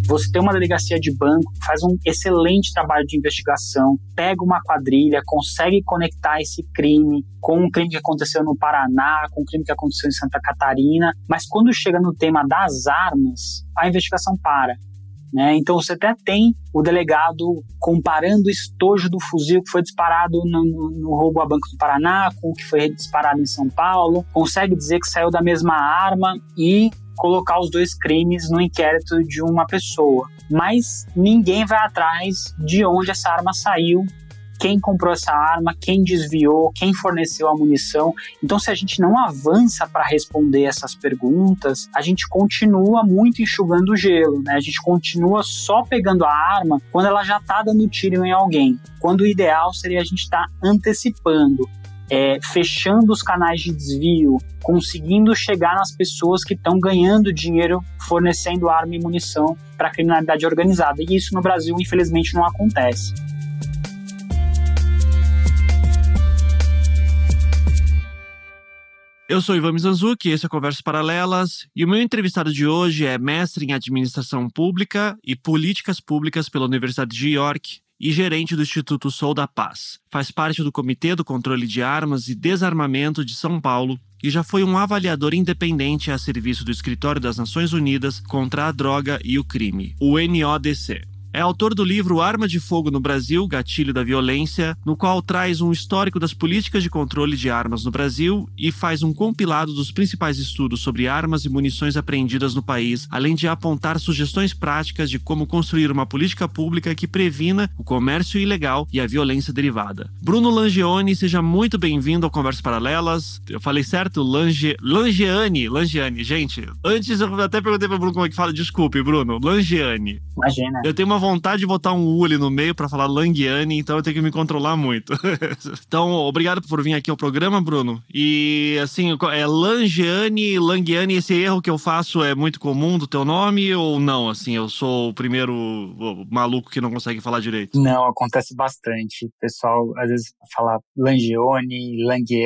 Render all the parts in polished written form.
Você tem uma delegacia de banco que faz um excelente trabalho de investigação, pega uma quadrilha, consegue conectar esse crime com um crime que aconteceu no Paraná, com um crime que aconteceu em Santa Catarina, mas quando chega no tema das armas, a investigação para. Né? Então você até tem o delegado comparando o estojo do fuzil que foi disparado no roubo a Banco do Paraná com o que foi disparado em São Paulo, consegue dizer que saiu da mesma arma e colocar os dois crimes no inquérito de uma pessoa. Mas ninguém vai atrás de onde essa arma saiu, quem comprou essa arma, quem desviou, quem forneceu a munição. Então, se a gente não avança para responder essas perguntas, a gente continua muito enxugando o gelo, né? A gente continua só pegando a arma quando ela já está dando tiro em alguém. Quando o ideal seria a gente estar antecipando, fechando os canais de desvio, conseguindo chegar nas pessoas que estão ganhando dinheiro fornecendo arma e munição para a criminalidade organizada. E isso no Brasil, infelizmente, não acontece. Eu sou Ivan Mizanzuki, esse é Conversas Paralelas, e o meu entrevistado de hoje é mestre em Administração Pública e Políticas Públicas pela Universidade de York e gerente do Instituto Sou da Paz. Faz parte do Comitê do Controle de Armas e Desarmamento de São Paulo e já foi um avaliador independente a serviço do Escritório das Nações Unidas contra a Droga e o Crime, o NODC. É autor do livro Arma de Fogo no Brasil, Gatilho da Violência, no qual traz um histórico das políticas de controle de armas no Brasil e faz um compilado dos principais estudos sobre armas e munições apreendidas no país, além de apontar sugestões práticas de como construir uma política pública que previna o comércio ilegal e a violência derivada. Bruno Langeoni, seja muito bem-vindo ao Conversas Paralelas. Eu falei certo? Langeani. Gente, antes eu até perguntei para o Bruno como é que fala. Desculpe, Bruno. Langeani. Imagina. Eu tenho uma vontade de botar um U ali no meio pra falar Langiani, então eu tenho que me controlar muito. Então, obrigado por vir aqui ao programa, Bruno. E, assim, Langiani, esse erro que eu faço é muito comum do teu nome ou não? Assim, eu sou o primeiro maluco que não consegue falar direito? Não, acontece bastante. O pessoal, às vezes, fala Langiani,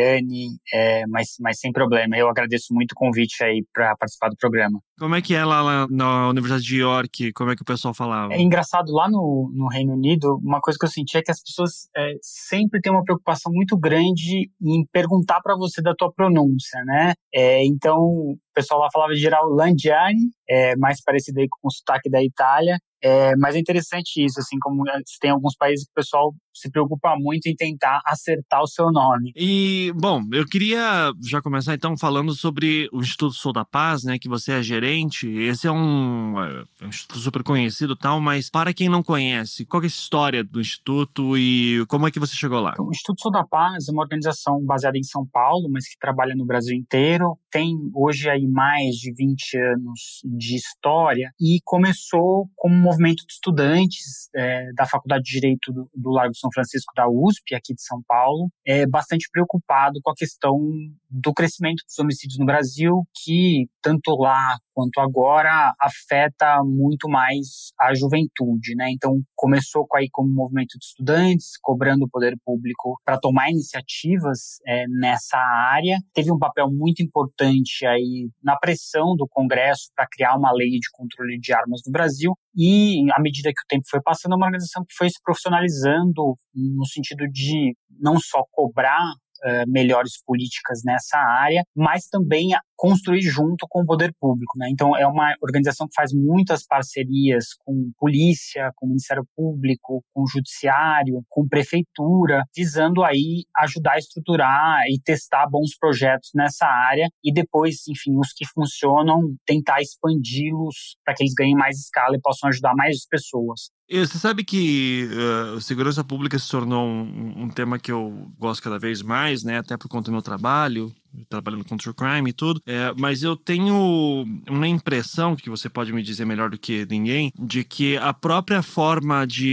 mas sem problema. Eu agradeço muito o convite aí pra participar do programa. Como é que é lá na Universidade de York? Como é que o pessoal falava? É engraçado, lá no Reino Unido, uma coisa que eu senti é que as pessoas sempre têm uma preocupação muito grande em perguntar para você da tua pronúncia, né? Então, o pessoal lá falava em geral Langiani, mais parecido aí com o sotaque da Itália. Mas é interessante isso, assim, como tem alguns países que o pessoal se preocupa muito em tentar acertar o seu nome. E, bom, eu queria já começar então falando sobre o Instituto Sou da Paz, né, que você é gerente. Esse é um instituto super conhecido e tal, mas para quem não conhece, qual é a história do Instituto e como é que você chegou lá? O Instituto Sou da Paz é uma organização baseada em São Paulo, mas que trabalha no Brasil inteiro. Tem hoje aí mais de 20 anos de história e começou como um movimento de estudantes da Faculdade de Direito do Largo de São Francisco da USP, aqui de São Paulo, bastante preocupado com a questão do crescimento dos homicídios no Brasil, que tanto lá quanto agora afeta muito mais a juventude, né? Então começou como um movimento de estudantes, cobrando o poder público para tomar iniciativas nessa área. Teve um papel muito importante aí na pressão do Congresso para criar uma lei de controle de armas no Brasil. E, à medida que o tempo foi passando, é uma organização que foi se profissionalizando no sentido de não só cobrar melhores políticas nessa área, mas também construir junto com o poder público, né? Então é uma organização que faz muitas parcerias com polícia, com o Ministério Público, com o Judiciário, com prefeitura, visando aí ajudar a estruturar e testar bons projetos nessa área e depois, enfim, os que funcionam, tentar expandi-los para que eles ganhem mais escala e possam ajudar mais pessoas. E você sabe que segurança pública se tornou um tema que eu gosto cada vez mais, né? Até por conta do meu trabalho, trabalhando contra o crime e tudo. Mas eu tenho uma impressão, que você pode me dizer melhor do que ninguém, de que a própria forma de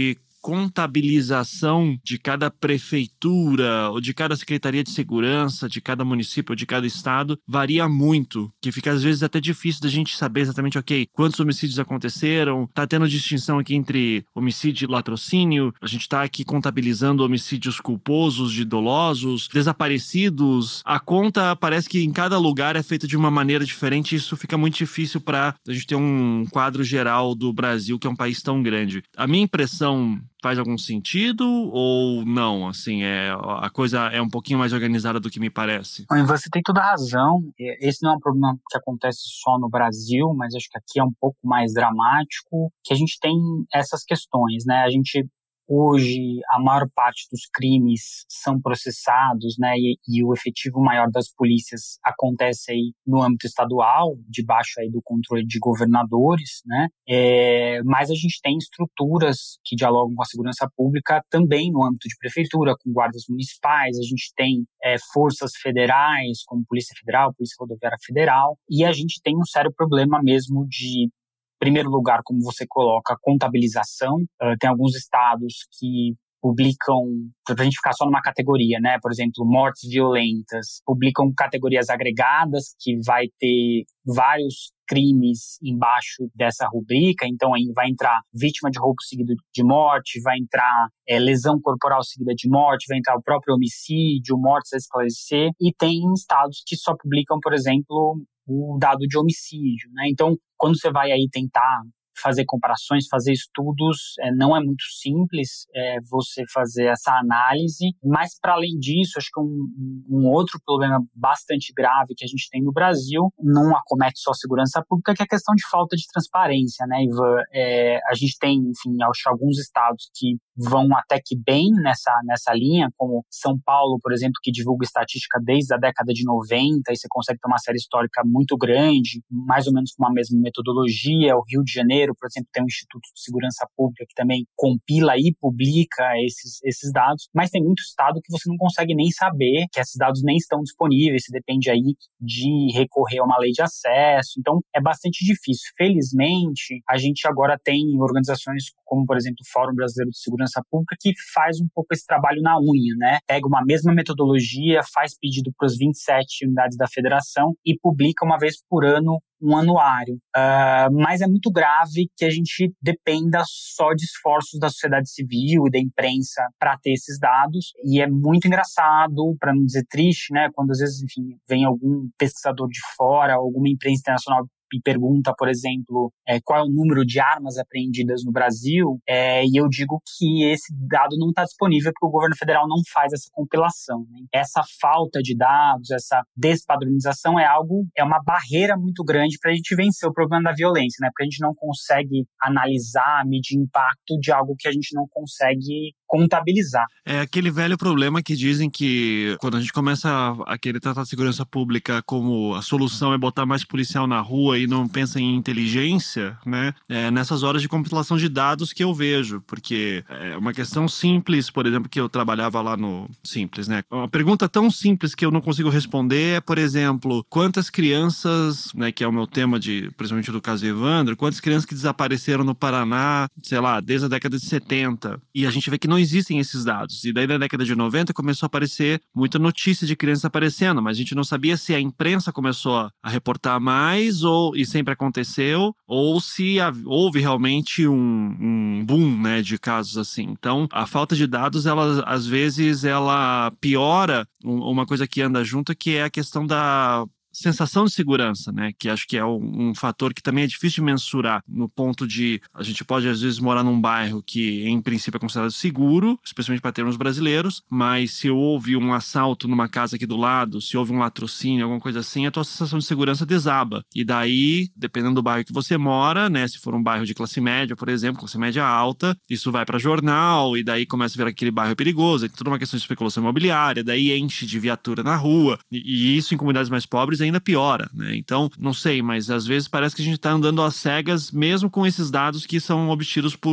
contabilização de cada prefeitura ou de cada secretaria de segurança, de cada município ou de cada estado, varia muito, que fica às vezes até difícil da gente saber exatamente, ok, quantos homicídios aconteceram, tá tendo distinção aqui entre homicídio e latrocínio, a gente tá aqui contabilizando homicídios culposos de dolosos, desaparecidos, a conta parece que em cada lugar é feita de uma maneira diferente e isso fica muito difícil para a gente ter um quadro geral do Brasil, que é um país tão grande. A minha impressão faz algum sentido ou não? Assim, a coisa é um pouquinho mais organizada do que me parece? Você tem toda a razão. Esse não é um problema que acontece só no Brasil, mas acho que aqui é um pouco mais dramático, que a gente tem essas questões, né? A gente hoje, a maior parte dos crimes são processados, né, e o efetivo maior das polícias acontece aí no âmbito estadual, debaixo aí do controle de governadores, né, mas a gente tem estruturas que dialogam com a segurança pública também no âmbito de prefeitura, com guardas municipais, a gente tem forças federais, como Polícia Federal, Polícia Rodoviária Federal, e a gente tem um sério problema mesmo de primeiro lugar, como você coloca, a contabilização. Tem alguns estados que publicam, para a gente ficar só numa categoria, né? Por exemplo, mortes violentas, publicam categorias agregadas, que vai ter vários crimes embaixo dessa rubrica, então aí vai entrar vítima de roubo seguido de morte, vai entrar lesão corporal seguida de morte, vai entrar o próprio homicídio, mortes a esclarecer, e tem estados que só publicam, por exemplo, o dado de homicídio, né? Então, quando você vai aí tentar fazer comparações, fazer estudos, não é muito simples você fazer essa análise, mas para além disso, acho que um outro problema bastante grave que a gente tem no Brasil, não acomete só a segurança pública, que é a questão de falta de transparência, né, Ivan? A gente tem, enfim, acho, alguns estados que vão até que bem nessa linha, como São Paulo, por exemplo, que divulga estatística desde a década de 90, e você consegue ter uma série histórica muito grande, mais ou menos com a mesma metodologia. O Rio de Janeiro, por exemplo, tem um Instituto de Segurança Pública que também compila e publica esses dados, mas tem muito estado que você não consegue nem saber, que esses dados nem estão disponíveis, você depende aí de recorrer a uma lei de acesso, então é bastante difícil. Felizmente, a gente agora tem organizações como, por exemplo, o Fórum Brasileiro de Segurança Pública, que faz um pouco esse trabalho na unha, né? Pega uma mesma metodologia, faz pedido para as 27 unidades da federação e publica uma vez por ano um anuário. Mas é muito grave que a gente dependa só de esforços da sociedade civil e da imprensa para ter esses dados, e é muito engraçado, para não dizer triste, né? Quando às vezes, enfim, vem algum pesquisador de fora, alguma imprensa internacional e pergunta, por exemplo, qual é o número de armas apreendidas no Brasil, e eu digo que esse dado não está disponível porque o governo federal não faz essa compilação, né? Essa falta de dados, essa despadronização é uma barreira muito grande para a gente vencer o problema da violência, né? Porque a gente não consegue analisar, medir impacto de algo que a gente não consegue contabilizar. É aquele velho problema que dizem que quando a gente começa a querer tratar a segurança pública como a solução é botar mais policial na rua e não pensa em inteligência, né? Nessas horas de compilação de dados que eu vejo, porque é uma questão simples, por exemplo, que eu trabalhava lá no Simples, né? Uma pergunta tão simples que eu não consigo responder é, por exemplo, quantas crianças, né, que é o meu tema principalmente do caso Evandro, quantas crianças que desapareceram no Paraná, sei lá, desde a década de 70, e a gente vê que não existem esses dados. E daí na década de 90 começou a aparecer muita notícia de crianças aparecendo, mas a gente não sabia se a imprensa começou a reportar mais e sempre aconteceu, ou se houve realmente um boom, né, de casos assim. Então, a falta de dados, às vezes, ela piora uma coisa que anda junto, que é a questão da sensação de segurança, né? Que acho que é um fator que também é difícil de mensurar, no ponto de a gente pode às vezes morar num bairro que em princípio é considerado seguro, especialmente para termos brasileiros, mas se houve um assalto numa casa aqui do lado, se houve um latrocínio, alguma coisa assim, a tua sensação de segurança desaba. E daí, dependendo do bairro que você mora, né? Se for um bairro de classe média, por exemplo, classe média alta, isso vai para jornal, e daí começa a ver aquele bairro perigoso, é toda uma questão de especulação imobiliária, daí enche de viatura na rua, e isso em comunidades mais pobres ainda piora, né? Então, não sei, mas às vezes parece que a gente está andando às cegas, mesmo com esses dados que são obtidos por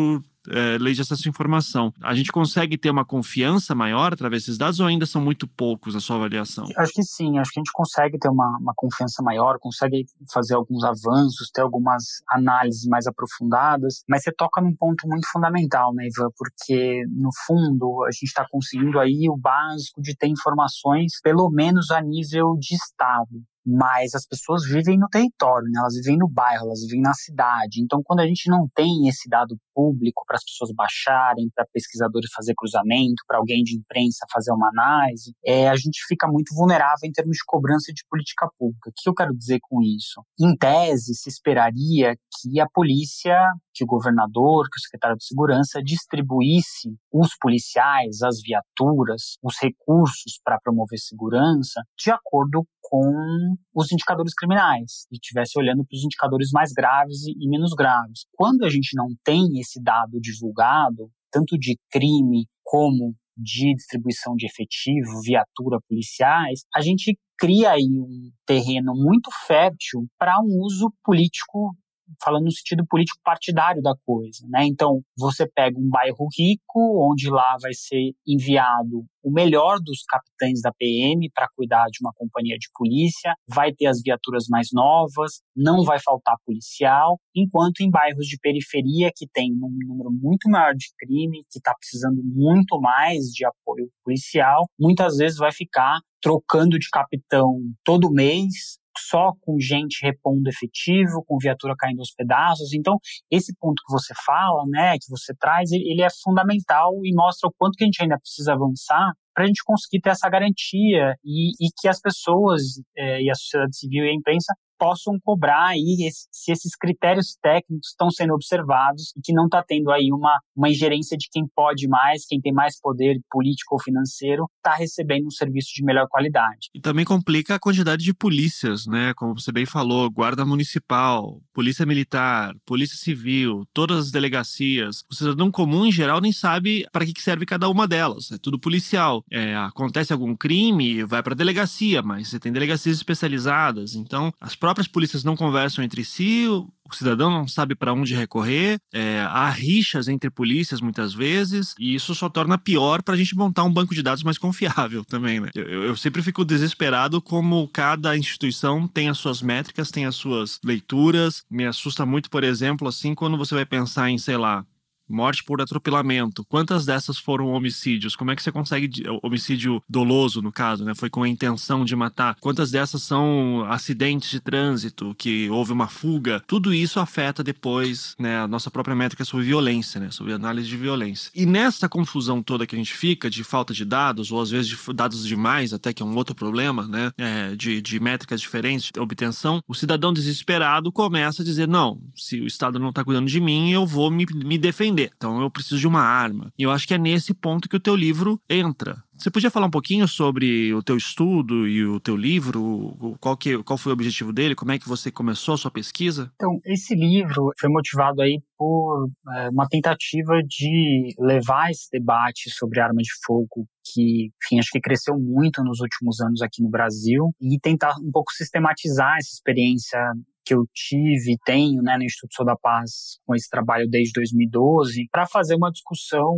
lei de acesso à informação. A gente consegue ter uma confiança maior através desses dados ou ainda são muito poucos na sua avaliação? Acho que sim, acho que a gente consegue ter uma confiança maior, consegue fazer alguns avanços, ter algumas análises mais aprofundadas, mas você toca num ponto muito fundamental, né, Ivan? Porque, no fundo, a gente está conseguindo aí o básico de ter informações, pelo menos a nível de estado. Mas as pessoas vivem no território, né? Elas vivem no bairro, elas vivem na cidade. Então, quando a gente não tem esse dado público para as pessoas baixarem, para pesquisadores fazer cruzamento, para alguém de imprensa fazer uma análise, a gente fica muito vulnerável em termos de cobrança de política pública. O que eu quero dizer com isso? Em tese, se esperaria que a polícia, que o governador, que o secretário de segurança distribuísse os policiais, as viaturas, os recursos para promover segurança de acordo com os indicadores criminais e estivesse olhando para os indicadores mais graves e menos graves. Quando a gente não tem esse dado divulgado, tanto de crime como de distribuição de efetivo, viatura, policiais, a gente cria aí um terreno muito fértil para um uso político, falando no sentido político partidário da coisa, né? Então, você pega um bairro rico, onde lá vai ser enviado o melhor dos capitães da PM para cuidar de uma companhia de polícia, vai ter as viaturas mais novas, não vai faltar policial, enquanto em bairros de periferia, que tem um número muito maior de crime, que está precisando muito mais de apoio policial, muitas vezes vai ficar trocando de capitão todo mês, só com gente repondo efetivo, com viatura caindo aos pedaços. Então, esse ponto que você fala, né, que você traz, ele é fundamental e mostra o quanto que a gente ainda precisa avançar para a gente conseguir ter essa garantia e que as pessoas e a sociedade civil e a imprensa possam cobrar aí se esses critérios técnicos estão sendo observados e que não está tendo aí uma ingerência de quem pode mais, quem tem mais poder político ou financeiro, está recebendo um serviço de melhor qualidade. E também complica a quantidade de polícias, né? Como você bem falou, guarda municipal, polícia militar, polícia civil, todas as delegacias. O cidadão comum, em geral, nem sabe para que serve cada uma delas. É tudo policial. Acontece algum crime, vai para a delegacia, mas você tem delegacias especializadas. Então, as próprias polícias não conversam entre si, o cidadão não sabe para onde recorrer, há rixas entre polícias muitas vezes, e isso só torna pior para a gente montar um banco de dados mais confiável também, né? Eu sempre fico desesperado como cada instituição tem as suas métricas, tem as suas leituras. Me assusta muito, por exemplo, assim, quando você vai pensar em, sei lá, morte por atropelamento. Quantas dessas foram homicídios? Como é que você consegue... Homicídio doloso, no caso, né? Foi com a intenção de matar. Quantas dessas são acidentes de trânsito, que houve uma fuga? Tudo isso afeta depois, né, a nossa própria métrica sobre violência, né? Sobre análise de violência. E nessa confusão toda que a gente fica, de falta de dados, ou às vezes de dados demais, até que é um outro problema, né? De métricas diferentes, de obtenção, o cidadão desesperado começa a dizer, não, se o Estado não está cuidando de mim, eu vou me defender. Então eu preciso de uma arma. E eu acho que é nesse ponto que o teu livro entra. Você podia falar um pouquinho sobre o teu estudo e o teu livro? Qual foi o objetivo dele? Como é que você começou a sua pesquisa? Então, esse livro foi motivado aí por uma tentativa de levar esse debate sobre arma de fogo, que, enfim, acho que cresceu muito nos últimos anos aqui no Brasil, e tentar um pouco sistematizar essa experiência que eu tive e tenho, né, no Instituto Sou da Paz com esse trabalho desde 2012, para fazer uma discussão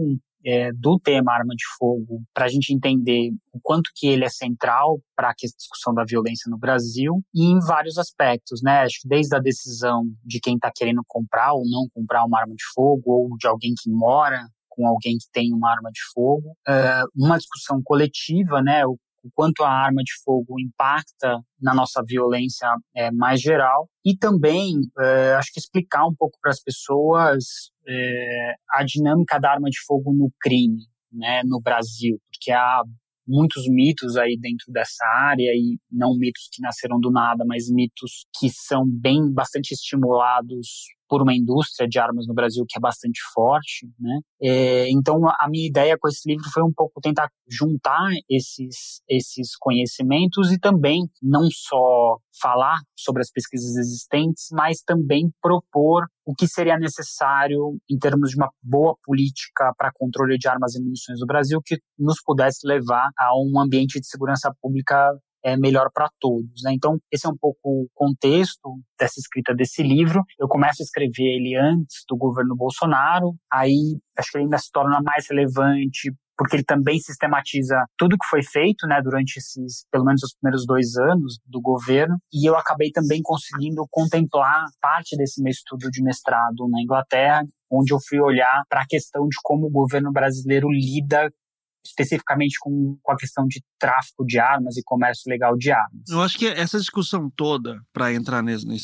do tema arma de fogo, para a gente entender o quanto que ele é central para a discussão da violência no Brasil e em vários aspectos, né? Acho que desde a decisão de quem está querendo comprar ou não comprar uma arma de fogo, ou de alguém que mora com alguém que tem uma arma de fogo, uma discussão coletiva, né? O quanto a arma de fogo impacta na nossa violência mais geral, e também acho que explicar um pouco para as pessoas a dinâmica da arma de fogo no crime, né, no Brasil, porque há muitos mitos aí dentro dessa área, e não mitos que nasceram do nada, mas mitos que são bastante estimulados por uma indústria de armas no Brasil que é bastante forte, né? Então, a minha ideia com esse livro foi um pouco tentar juntar esses conhecimentos e também não só falar sobre as pesquisas existentes, mas também propor o que seria necessário em termos de uma boa política para controle de armas e munições no Brasil que nos pudesse levar a um ambiente de segurança pública melhor para todos, né? Então, esse é um pouco o contexto dessa escrita desse livro. Eu começo a escrever ele antes do governo Bolsonaro, aí acho que ele ainda se torna mais relevante porque ele também sistematiza tudo que foi feito, né, durante esses, pelo menos os primeiros 2 anos do governo, e eu acabei também conseguindo contemplar parte desse meu estudo de mestrado na Inglaterra, onde eu fui olhar para a questão de como o governo brasileiro lida especificamente com a questão de tráfico de armas e comércio legal de armas. Eu acho que essa discussão toda, para entrar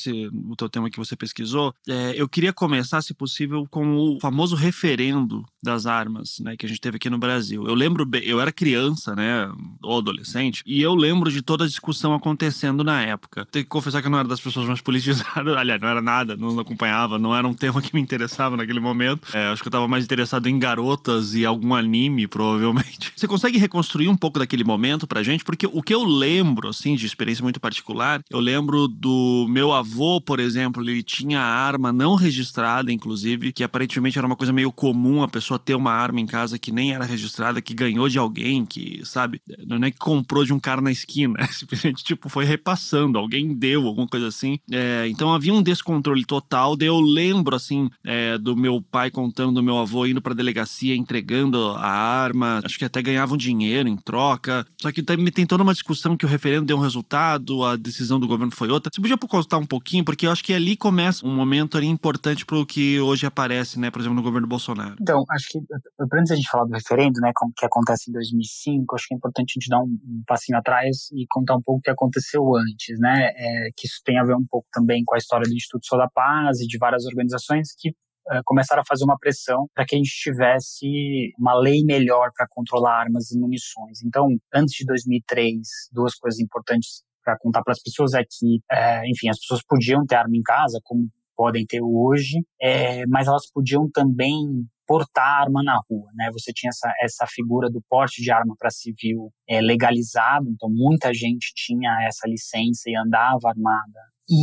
no teu tema que você pesquisou, eu queria começar, se possível, com o famoso referendo das armas, né, que a gente teve aqui no Brasil. Eu lembro, eu era criança, né, ou adolescente, e eu lembro de toda a discussão acontecendo na época. Tenho que confessar que eu não era das pessoas mais politizadas, aliás, não era nada, não acompanhava, não era um tema que me interessava naquele momento. Acho que eu estava mais interessado em garotas e algum anime, provavelmente. Você consegue reconstruir um pouco daquele momento pra gente? Porque o que eu lembro, assim, de experiência muito particular, eu lembro do meu avô, por exemplo, ele tinha arma não registrada, inclusive, que aparentemente era uma coisa meio comum a pessoa ter uma arma em casa que nem era registrada, que ganhou de alguém, que, sabe, não é que comprou de um cara na esquina, simplesmente, tipo, foi repassando, alguém deu, alguma coisa assim. Então havia um descontrole total, daí eu lembro, assim, do meu pai contando do meu avô indo pra delegacia, entregando a arma, acho que até ganhavam dinheiro em troca. Só que também tem toda uma discussão que o referendo deu um resultado, a decisão do governo foi outra. Você podia contar um pouquinho, porque eu acho que ali começa um momento ali importante pro que hoje aparece, né, por exemplo, no governo Bolsonaro. Então, acho que antes da gente falar do referendo, né, como que acontece em 2005, acho que é importante a gente dar um passinho atrás e contar um pouco o que aconteceu antes, né, que isso tem a ver um pouco também com a história do Instituto Sou da Paz e de várias organizações que começaram a fazer uma pressão para que a gente tivesse uma lei melhor para controlar armas e munições. Então, antes de 2003, 2 coisas importantes para contar para as pessoas é que, enfim, as pessoas podiam ter arma em casa, como podem ter hoje, mas elas podiam também portar arma na rua, né? Você tinha essa figura do porte de arma para civil legalizado, então muita gente tinha essa licença e andava armada.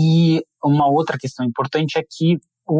E uma outra questão importante é que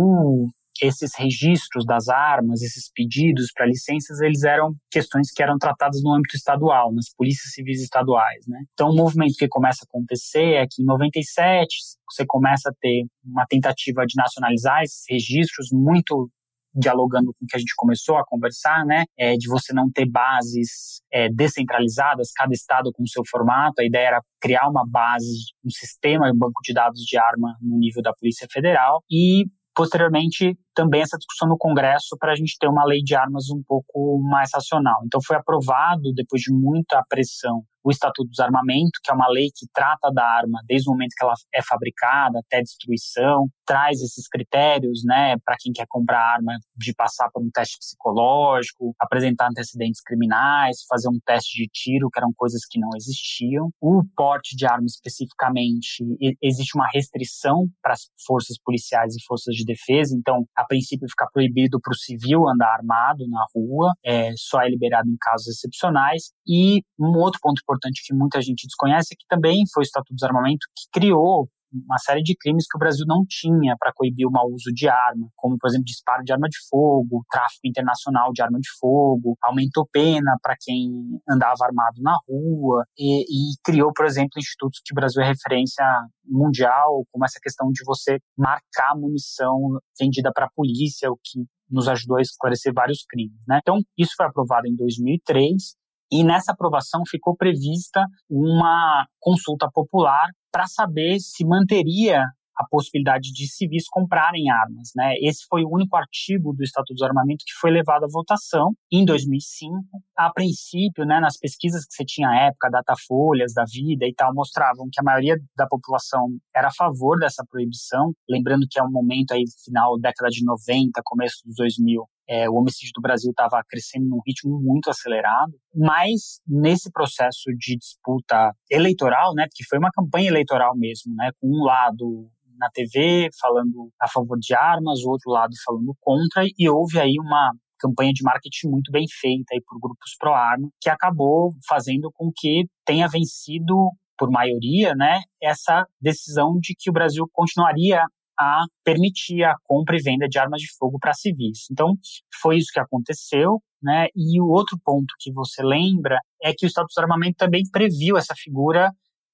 esses registros das armas, esses pedidos para licenças, eles eram questões que eram tratadas no âmbito estadual, nas polícias civis estaduais, né? Então, o movimento que começa a acontecer é que em 97 você começa a ter uma tentativa de nacionalizar esses registros, muito dialogando com o que a gente começou a conversar, né, de você não ter bases descentralizadas, cada estado com o seu formato. A ideia era criar uma base, um sistema, um banco de dados de arma no nível da Polícia Federal e posteriormente, também essa discussão no Congresso para a gente ter uma lei de armas um pouco mais racional. Então, foi aprovado, depois de muita pressão, o Estatuto do Desarmamento, que é uma lei que trata da arma desde o momento que ela é fabricada até a destruição, traz esses critérios, né, para quem quer comprar arma, de passar por um teste psicológico, apresentar antecedentes criminais, fazer um teste de tiro, que eram coisas que não existiam. O porte de arma especificamente, existe uma restrição para as forças policiais e forças de defesa, então, a princípio fica proibido para o civil andar armado na rua, só é liberado em casos excepcionais. E um outro ponto importante que muita gente desconhece é que também foi o Estatuto do Desarmamento que criou uma série de crimes que o Brasil não tinha para coibir o mau uso de arma, como, por exemplo, disparo de arma de fogo, tráfico internacional de arma de fogo, aumentou pena para quem andava armado na rua e criou, por exemplo, institutos que o Brasil é referência mundial, como essa questão de você marcar munição vendida para a polícia, o que nos ajudou a esclarecer vários crimes, né? Então, isso foi aprovado em 2003 e nessa aprovação ficou prevista uma consulta popular para saber se manteria a possibilidade de civis comprarem armas, né? Esse foi o único artigo do Estatuto do Desarmamento que foi levado à votação em 2005. A princípio, né, nas pesquisas que você tinha à época, Datafolhas, da Vida e tal, mostravam que a maioria da população era a favor dessa proibição, lembrando que é um momento aí, final da década de 90, começo dos 2000, o homicídio do Brasil estava crescendo num ritmo muito acelerado, mas nesse processo de disputa eleitoral, né, porque foi uma campanha eleitoral mesmo, né, com um lado na TV falando a favor de armas, o outro lado falando contra, e houve aí uma campanha de marketing muito bem feita aí por grupos pró-arma, que acabou fazendo com que tenha vencido, por maioria, né, essa decisão de que o Brasil continuaria a permitir a compra e venda de armas de fogo para civis. Então, foi isso que aconteceu, né? E o outro ponto que você lembra é que o Estatuto do Desarmamento também previu essa figura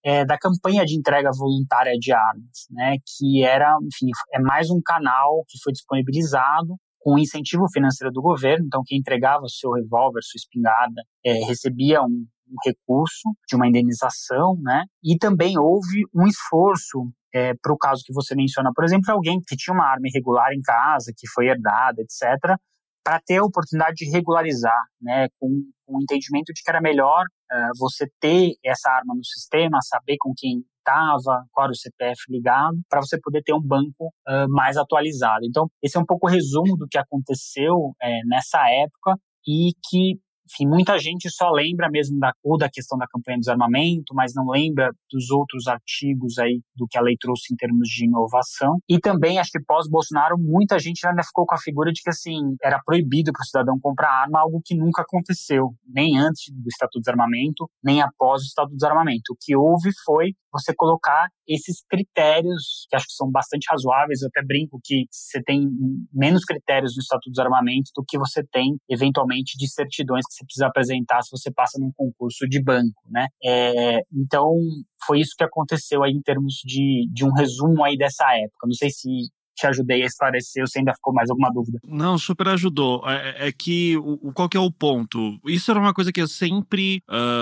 da campanha de entrega voluntária de armas, né, que era, enfim, é mais um canal que foi disponibilizado com incentivo financeiro do governo. Então quem entregava seu revólver, sua espingarda, recebia um recurso de uma indenização, né, e também houve um esforço para o caso que você menciona, por exemplo, alguém que tinha uma arma irregular em casa, que foi herdada, etc., para ter a oportunidade de regularizar, né, com o entendimento de que era melhor você ter essa arma no sistema, saber com quem estava, qual era o CPF ligado, para você poder ter um banco mais atualizado. Então, esse é um pouco o resumo do que aconteceu nessa época e que, enfim, muita gente só lembra mesmo da questão da campanha do desarmamento, mas não lembra dos outros artigos aí do que a lei trouxe em termos de inovação. E também, acho que pós-Bolsonaro, muita gente ainda ficou com a figura de que, assim, era proibido para o cidadão comprar arma, algo que nunca aconteceu, nem antes do Estatuto do Desarmamento, nem após o Estatuto do Desarmamento. O que houve foi você colocar esses critérios, que acho que são bastante razoáveis. Eu até brinco que você tem menos critérios no Estatuto do Desarmamento do que você tem, eventualmente, de certidões que você precisa apresentar se você passa num concurso de banco, né? Então, foi isso que aconteceu aí em termos de um resumo aí dessa época. Não sei se te ajudei a esclarecer ou se ainda ficou mais alguma dúvida. Não, super ajudou. É que qual que é o ponto? Isso era uma coisa que eu sempre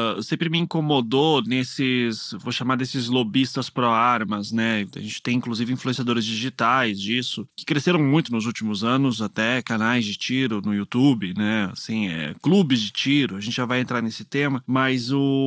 me incomodou nesses, vou chamar desses lobistas pró-armas, né? A gente tem inclusive influenciadores digitais disso, que cresceram muito nos últimos anos, até canais de tiro no YouTube, né? Assim, clubes de tiro, a gente já vai entrar nesse tema, mas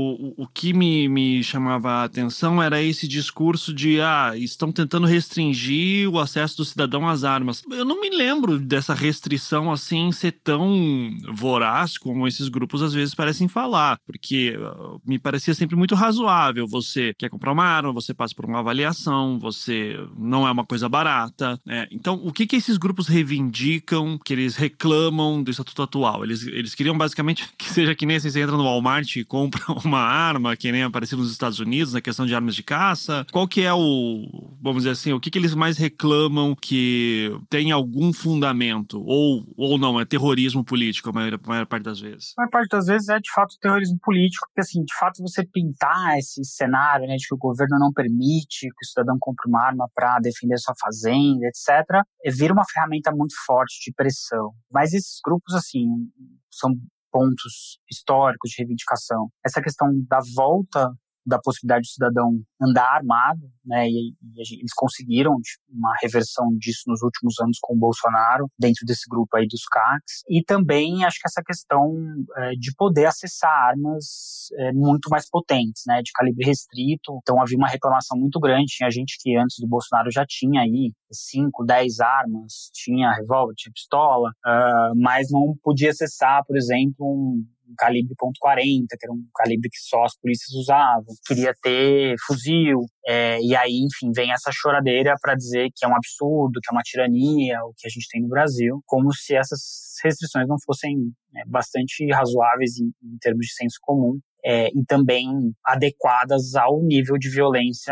o que me chamava a atenção era esse discurso de, estão tentando restringir o acesso do cidadão às armas. Eu não me lembro dessa restrição assim ser tão voraz como esses grupos às vezes parecem falar, porque me parecia sempre muito razoável. Você quer comprar uma arma, você passa por uma avaliação, você não é uma coisa barata, né? Então, o que esses grupos reivindicam, que eles reclamam do estatuto atual? Eles queriam basicamente que seja que nem assim, você entra no Walmart e compra uma arma, que nem apareceu nos Estados Unidos, na questão de armas de caça. Qual que é vamos dizer assim, o que eles mais reclamam que tem algum fundamento, ou não, é terrorismo político a maior parte das vezes? A maior parte das vezes é de fato terrorismo político, porque assim, de fato você pintar esse cenário, né, de que o governo não permite que o cidadão compre uma arma para defender sua fazenda, etc., vira uma ferramenta muito forte de pressão. Mas esses grupos, assim, são pontos históricos de reivindicação. Essa questão da volta da possibilidade do cidadão andar armado, né, e eles conseguiram uma reversão disso nos últimos anos com o Bolsonaro, dentro desse grupo aí dos CACs, e também acho que essa questão de poder acessar armas muito mais potentes, né, de calibre restrito. Então havia uma reclamação muito grande, tinha gente que antes do Bolsonaro já tinha aí 5, 10 armas, tinha revólver, tinha pistola, mas não podia acessar, por exemplo, um calibre .40, que era um calibre que só as polícias usavam. Queria ter fuzil, e aí, enfim, vem essa choradeira para dizer que é um absurdo, que é uma tirania, o que a gente tem no Brasil, como se essas restrições não fossem bastante razoáveis em termos de senso comum, e também adequadas ao nível de violência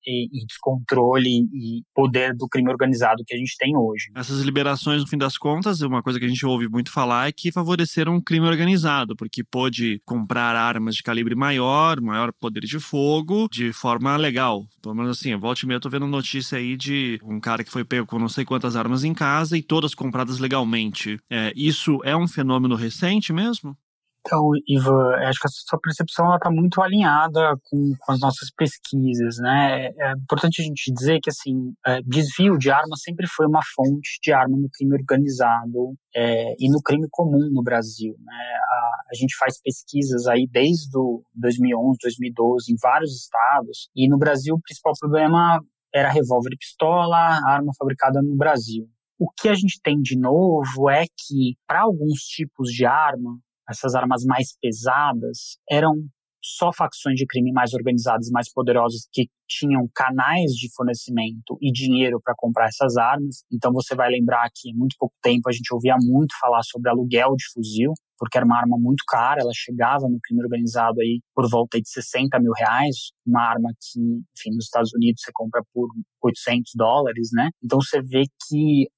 e descontrole e poder do crime organizado que a gente tem hoje. Essas liberações, no fim das contas, uma coisa que a gente ouve muito falar é que favoreceram o crime organizado, porque pôde comprar armas de calibre maior poder de fogo, de forma legal. Pelo menos assim, volta e meia eu tô vendo notícia aí de um cara que foi pego com não sei quantas armas em casa e todas compradas legalmente. Isso é um fenômeno recente mesmo? Então, Ivan, acho que a sua percepção está muito alinhada com as nossas pesquisas, né? É importante a gente dizer que, assim, desvio de arma sempre foi uma fonte de arma no crime organizado e no crime comum no Brasil, né? A gente faz pesquisas aí desde 2011, 2012 em vários estados, e no Brasil o principal problema era revólver e pistola, arma fabricada no Brasil. O que a gente tem de novo é que, para alguns tipos de arma, essas armas mais pesadas eram só facções de crime mais organizadas e mais poderosas que tinham canais de fornecimento e dinheiro para comprar essas armas. Então você vai lembrar que há muito pouco tempo a gente ouvia muito falar sobre aluguel de fuzil, porque era uma arma muito cara, ela chegava no crime organizado aí por volta de R$60 mil, uma arma que, enfim, nos Estados Unidos você compra por $800, né? Então você vê que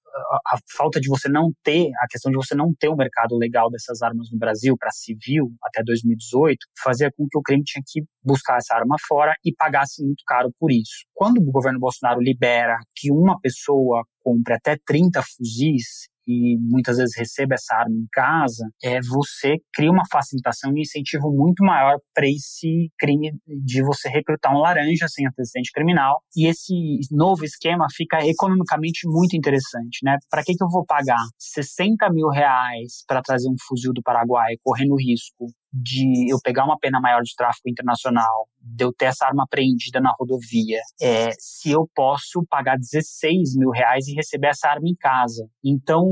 a falta de você não ter, a questão de você não ter um mercado legal dessas armas no Brasil para civil até 2018, fazia com que o crime tinha que buscar essa arma fora e pagasse muito caro por isso. Quando o governo Bolsonaro libera que uma pessoa compre até 30 fuzis e muitas vezes receba essa arma em casa, você cria uma facilitação e um incentivo muito maior para esse crime de você recrutar um laranja sem antecedente criminal. E esse novo esquema fica economicamente muito interessante, né? Para que eu vou pagar R$60 mil para trazer um fuzil do Paraguai, correndo o risco de eu pegar uma pena maior de tráfico internacional, de eu ter essa arma apreendida na rodovia, se eu posso pagar R$16 mil e receber essa arma em casa. Então,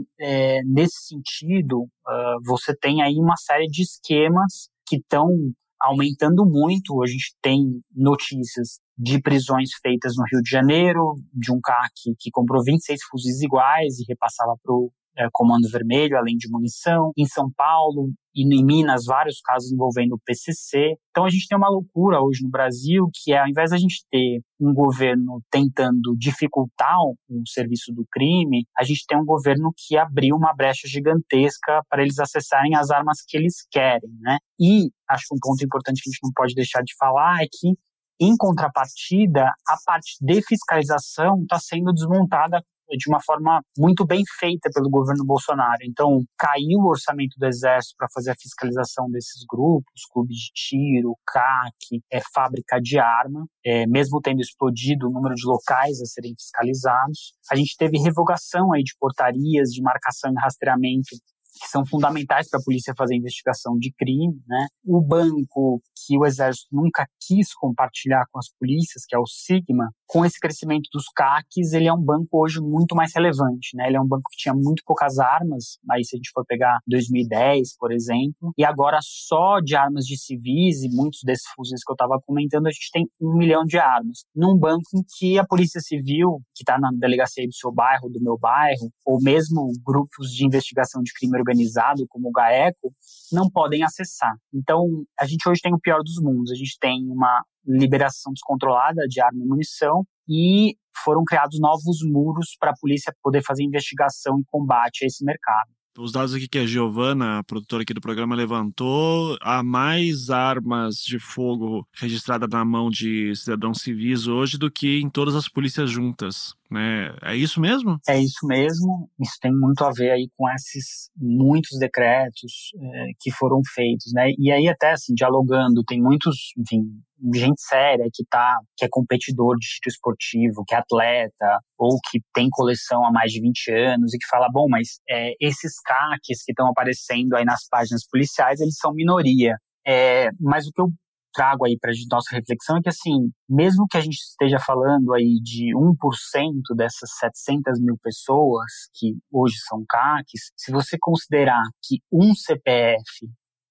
nesse sentido, você tem aí uma série de esquemas que estão aumentando muito. A gente tem notícias de prisões feitas no Rio de Janeiro, de um CAC que comprou 26 fuzis iguais e repassava para o Comando Vermelho, além de munição. Em São Paulo e em Minas, vários casos envolvendo o PCC. Então a gente tem uma loucura hoje no Brasil, que ao invés da gente ter um governo tentando dificultar o serviço do crime, a gente tem um governo que abriu uma brecha gigantesca para eles acessarem as armas que eles querem, né? E acho que um ponto importante que a gente não pode deixar de falar é que, em contrapartida, a parte de fiscalização está sendo desmontada de uma forma muito bem feita pelo governo Bolsonaro. Então, caiu o orçamento do Exército para fazer a fiscalização desses grupos, clubes de tiro, CAC, fábrica de arma, mesmo tendo explodido o número de locais a serem fiscalizados. A gente teve revogação aí de portarias de marcação e rastreamento que são fundamentais para a polícia fazer investigação de crime, né? O banco que o Exército nunca quis compartilhar com as polícias, que é o Sigma, com esse crescimento dos CACs, ele é um banco hoje muito mais relevante, né? Ele é um banco que tinha muito poucas armas, aí se a gente for pegar 2010, por exemplo, e agora só de armas de civis, e muitos desses fuzis que eu estava comentando, a gente tem 1 milhão de armas. Num banco em que a Polícia Civil, que está na delegacia do seu bairro, do meu bairro, ou mesmo grupos de investigação de crime organizado, como o GAECO, não podem acessar. Então, a gente hoje tem o pior dos mundos. A gente tem uma liberação descontrolada de arma e munição e foram criados novos muros para a polícia poder fazer investigação e combate a esse mercado. Os dados aqui que a Giovana, a produtora aqui do programa, levantou, há mais armas de fogo registradas na mão de cidadãos civis hoje do que em todas as polícias juntas, né? É isso mesmo? É isso mesmo. Isso tem muito a ver aí com esses muitos decretos que foram feitos, né? E aí até assim, dialogando, tem muitos, enfim, gente séria que é competidor de tiro esportivo, que é atleta, ou que tem coleção há mais de 20 anos e que fala, bom, mas esses CACs que estão aparecendo aí nas páginas policiais, eles são minoria. Mas o que eu trago aí para nossa reflexão é que, assim, mesmo que a gente esteja falando aí de 1% dessas 700 mil pessoas que hoje são CACs, se você considerar que um CPF,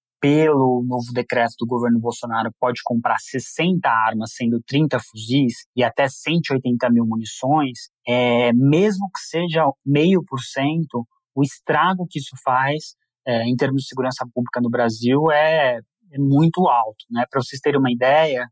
pelo novo decreto do governo Bolsonaro, pode comprar 60 armas, sendo 30 fuzis e até 180 mil munições, mesmo que seja 0,5%, o estrago que isso faz em termos de segurança pública no Brasil é muito alto, né? Para vocês terem uma ideia,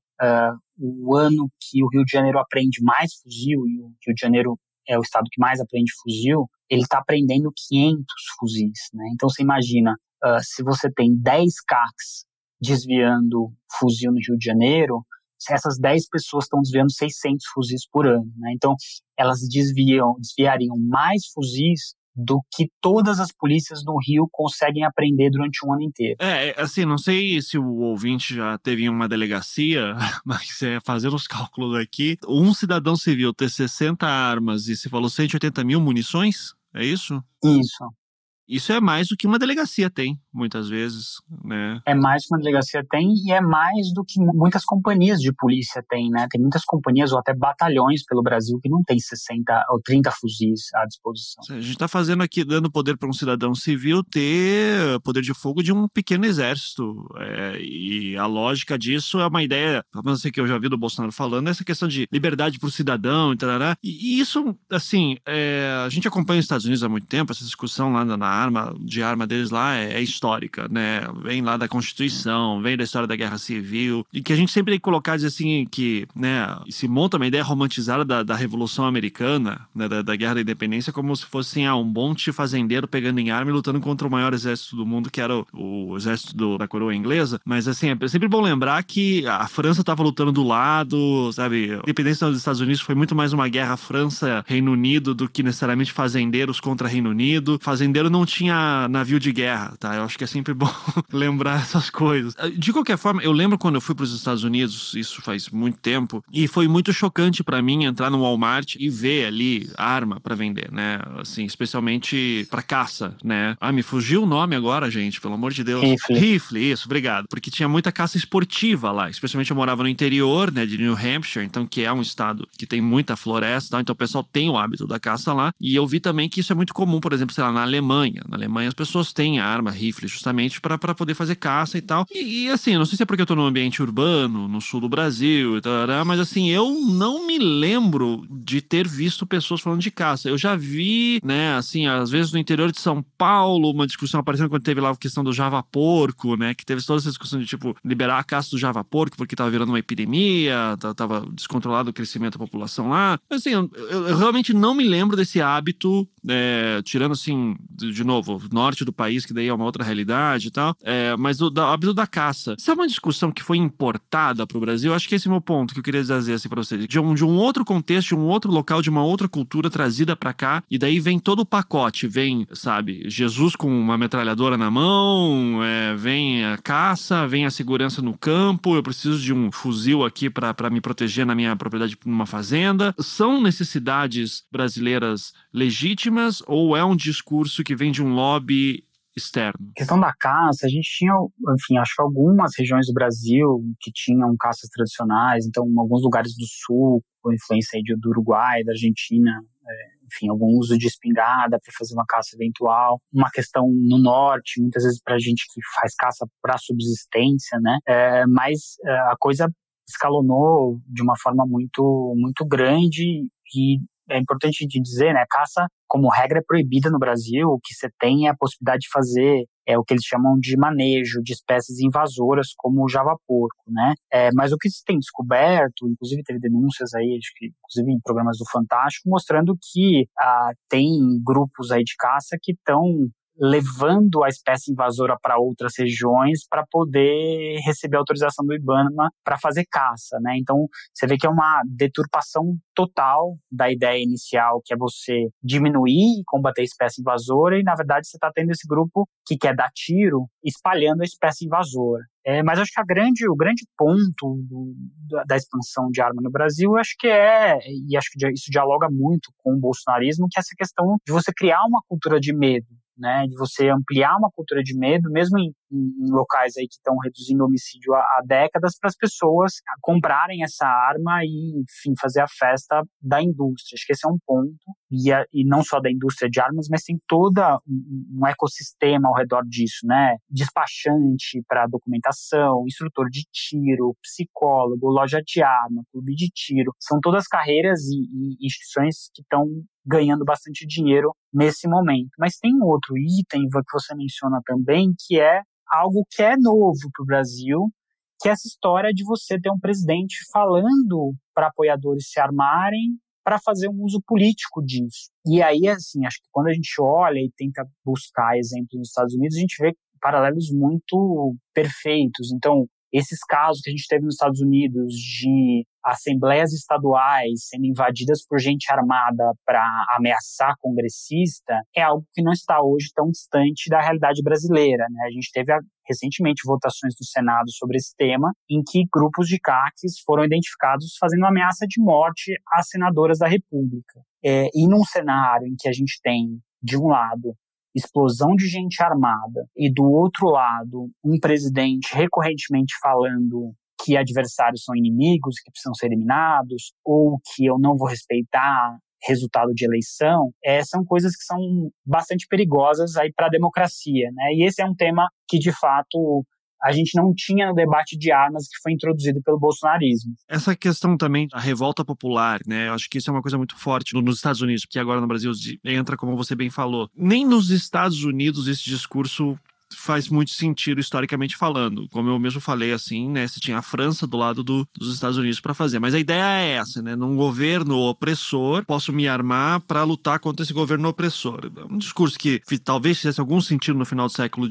o ano que o Rio de Janeiro apreende mais fuzil, e o Rio de Janeiro é o estado que mais apreende fuzil, ele está apreendendo 500 fuzis, né? Então você imagina, se você tem 10 CACs desviando fuzil no Rio de Janeiro, essas 10 pessoas estão desviando 600 fuzis por ano, né? Então elas desviariam mais fuzis do que todas as polícias no Rio conseguem apreender durante um ano inteiro. Assim, não sei se o ouvinte já teve em uma delegacia, mas fazendo os cálculos aqui, um cidadão civil ter 60 armas e você falou 180 mil munições, é isso? Isso. Isso é mais do que uma delegacia tem, muitas vezes, né? É mais do que uma delegacia tem e é mais do que muitas companhias de polícia têm, né? Tem muitas companhias ou até batalhões pelo Brasil que não tem 60 ou 30 fuzis à disposição. A gente está fazendo aqui, dando poder para um cidadão civil ter poder de fogo de um pequeno exército. E a lógica disso é uma ideia, não sei, que eu já vi do Bolsonaro falando, essa questão de liberdade para o cidadão e tal. E isso, assim, a gente acompanha os Estados Unidos há muito tempo, essa discussão lá na arma deles lá é histórica, né? Vem lá da Constituição, vem da história da Guerra Civil, e que a gente sempre tem que colocar, dizer assim, que, né, se monta uma ideia romantizada da Revolução Americana, né, da Guerra da Independência, como se fosse assim, um monte de fazendeiro pegando em arma e lutando contra o maior exército do mundo, que era o exército da coroa inglesa. Mas assim, é sempre bom lembrar que a França estava lutando do lado, sabe? A independência dos Estados Unidos foi muito mais uma guerra França-Reino Unido do que necessariamente fazendeiros contra Reino Unido. Fazendeiro não tinha navio de guerra, tá? Eu acho que é sempre bom lembrar essas coisas. De qualquer forma, eu lembro quando eu fui para os Estados Unidos, isso faz muito tempo, e foi muito chocante para mim entrar no Walmart e ver ali arma para vender, né? Assim, especialmente para caça, né? Me fugiu o nome agora, gente, pelo amor de Deus. Rifle, isso, obrigado. Porque tinha muita caça esportiva lá, especialmente eu morava no interior, né, de New Hampshire, então que é um estado que tem muita floresta, então o pessoal tem o hábito da caça lá, e eu vi também que isso é muito comum, por exemplo, sei lá, na Alemanha. Na Alemanha as pessoas têm arma, rifle, justamente para poder fazer caça e tal. E assim, não sei se é porque eu tô num ambiente urbano, no sul do Brasil, mas assim, eu não me lembro de ter visto pessoas falando de caça. Eu já vi, né, assim, às vezes no interior de São Paulo, uma discussão aparecendo quando teve lá a questão do java-porco, né, que teve toda essa discussão de, tipo, liberar a caça do java-porco porque tava virando uma epidemia, tava descontrolado o crescimento da população lá. Mas assim, eu realmente não me lembro desse hábito, tirando assim, de novo, o norte do país, que daí é uma outra realidade e tal, mas o hábito da caça. Isso é uma discussão que foi importada pro Brasil. Acho que esse é o meu ponto que eu queria dizer assim pra vocês. De um outro contexto, de um outro local, de uma outra cultura trazida pra cá, e daí vem todo o pacote. Vem, sabe, Jesus com uma metralhadora na mão, vem a caça, vem a segurança no campo, eu preciso de um fuzil aqui pra me proteger na minha propriedade numa fazenda. São necessidades brasileiras legítimas ou é um discurso que vem de um lobby externo? A questão da caça, a gente tinha, enfim, acho que algumas regiões do Brasil que tinham caças tradicionais, então alguns lugares do sul, com influência aí do Uruguai, da Argentina, enfim, algum uso de espingarda para fazer uma caça eventual. Uma questão no norte, muitas vezes para gente que faz caça para subsistência, né? Mas a coisa escalonou de uma forma muito, muito grande e é importante de dizer, né? Caça, como regra, é proibida no Brasil. O que você tem é a possibilidade de fazer o que eles chamam de manejo de espécies invasoras, como o java-porco, né? Mas o que se tem descoberto, inclusive teve denúncias aí, acho que, inclusive em programas do Fantástico, mostrando que tem grupos aí de caça que estão levando a espécie invasora para outras regiões para poder receber autorização do IBAMA para fazer caça, né? Então, você vê que é uma deturpação total da ideia inicial, que é você diminuir e combater a espécie invasora, e, na verdade, você está tendo esse grupo que quer dar tiro espalhando a espécie invasora. Mas acho que o grande ponto da expansão de arma no Brasil, acho que e acho que isso dialoga muito com o bolsonarismo, que é essa questão de você criar uma cultura de medo, né, de você ampliar uma cultura de medo, mesmo em locais aí que estão reduzindo o homicídio há décadas, para as pessoas comprarem essa arma e, enfim, fazer a festa da indústria. Acho que esse é um ponto, e não só da indústria de armas, mas tem todo um ecossistema ao redor disso, né, despachante para documentação, instrutor de tiro, psicólogo, loja de arma, clube de tiro, são todas carreiras e instituições que estão ganhando bastante dinheiro nesse momento. Mas tem um outro item, Ivan, que você menciona também, que é algo que é novo para o Brasil, que é essa história de você ter um presidente falando para apoiadores se armarem para fazer um uso político disso. E aí, assim, acho que quando a gente olha e tenta buscar exemplos nos Estados Unidos, a gente vê paralelos muito perfeitos. Então, esses casos que a gente teve nos Estados Unidos de assembleias estaduais sendo invadidas por gente armada para ameaçar congressista é algo que não está hoje tão distante da realidade brasileira, né? A gente teve recentemente votações do Senado sobre esse tema, em que grupos de CACs foram identificados fazendo ameaça de morte às senadoras da República. E num cenário em que a gente tem, de um lado, explosão de gente armada, e do outro lado, um presidente recorrentemente falando que adversários são inimigos, que precisam ser eliminados, ou que eu não vou respeitar resultado de eleição, são coisas que são bastante perigosas aí para a democracia, né? E esse é um tema que, de fato, a gente não tinha no debate de armas que foi introduzido pelo bolsonarismo. Essa questão também, a revolta popular, né? Eu acho que isso é uma coisa muito forte nos Estados Unidos, porque agora no Brasil entra, como você bem falou. Nem nos Estados Unidos esse discurso faz muito sentido historicamente falando. Como eu mesmo falei, assim, né? Você tinha a França do lado dos Estados Unidos para fazer. Mas a ideia é essa, né? Num governo opressor, posso me armar para lutar contra esse governo opressor. Um discurso que talvez fizesse algum sentido no final do século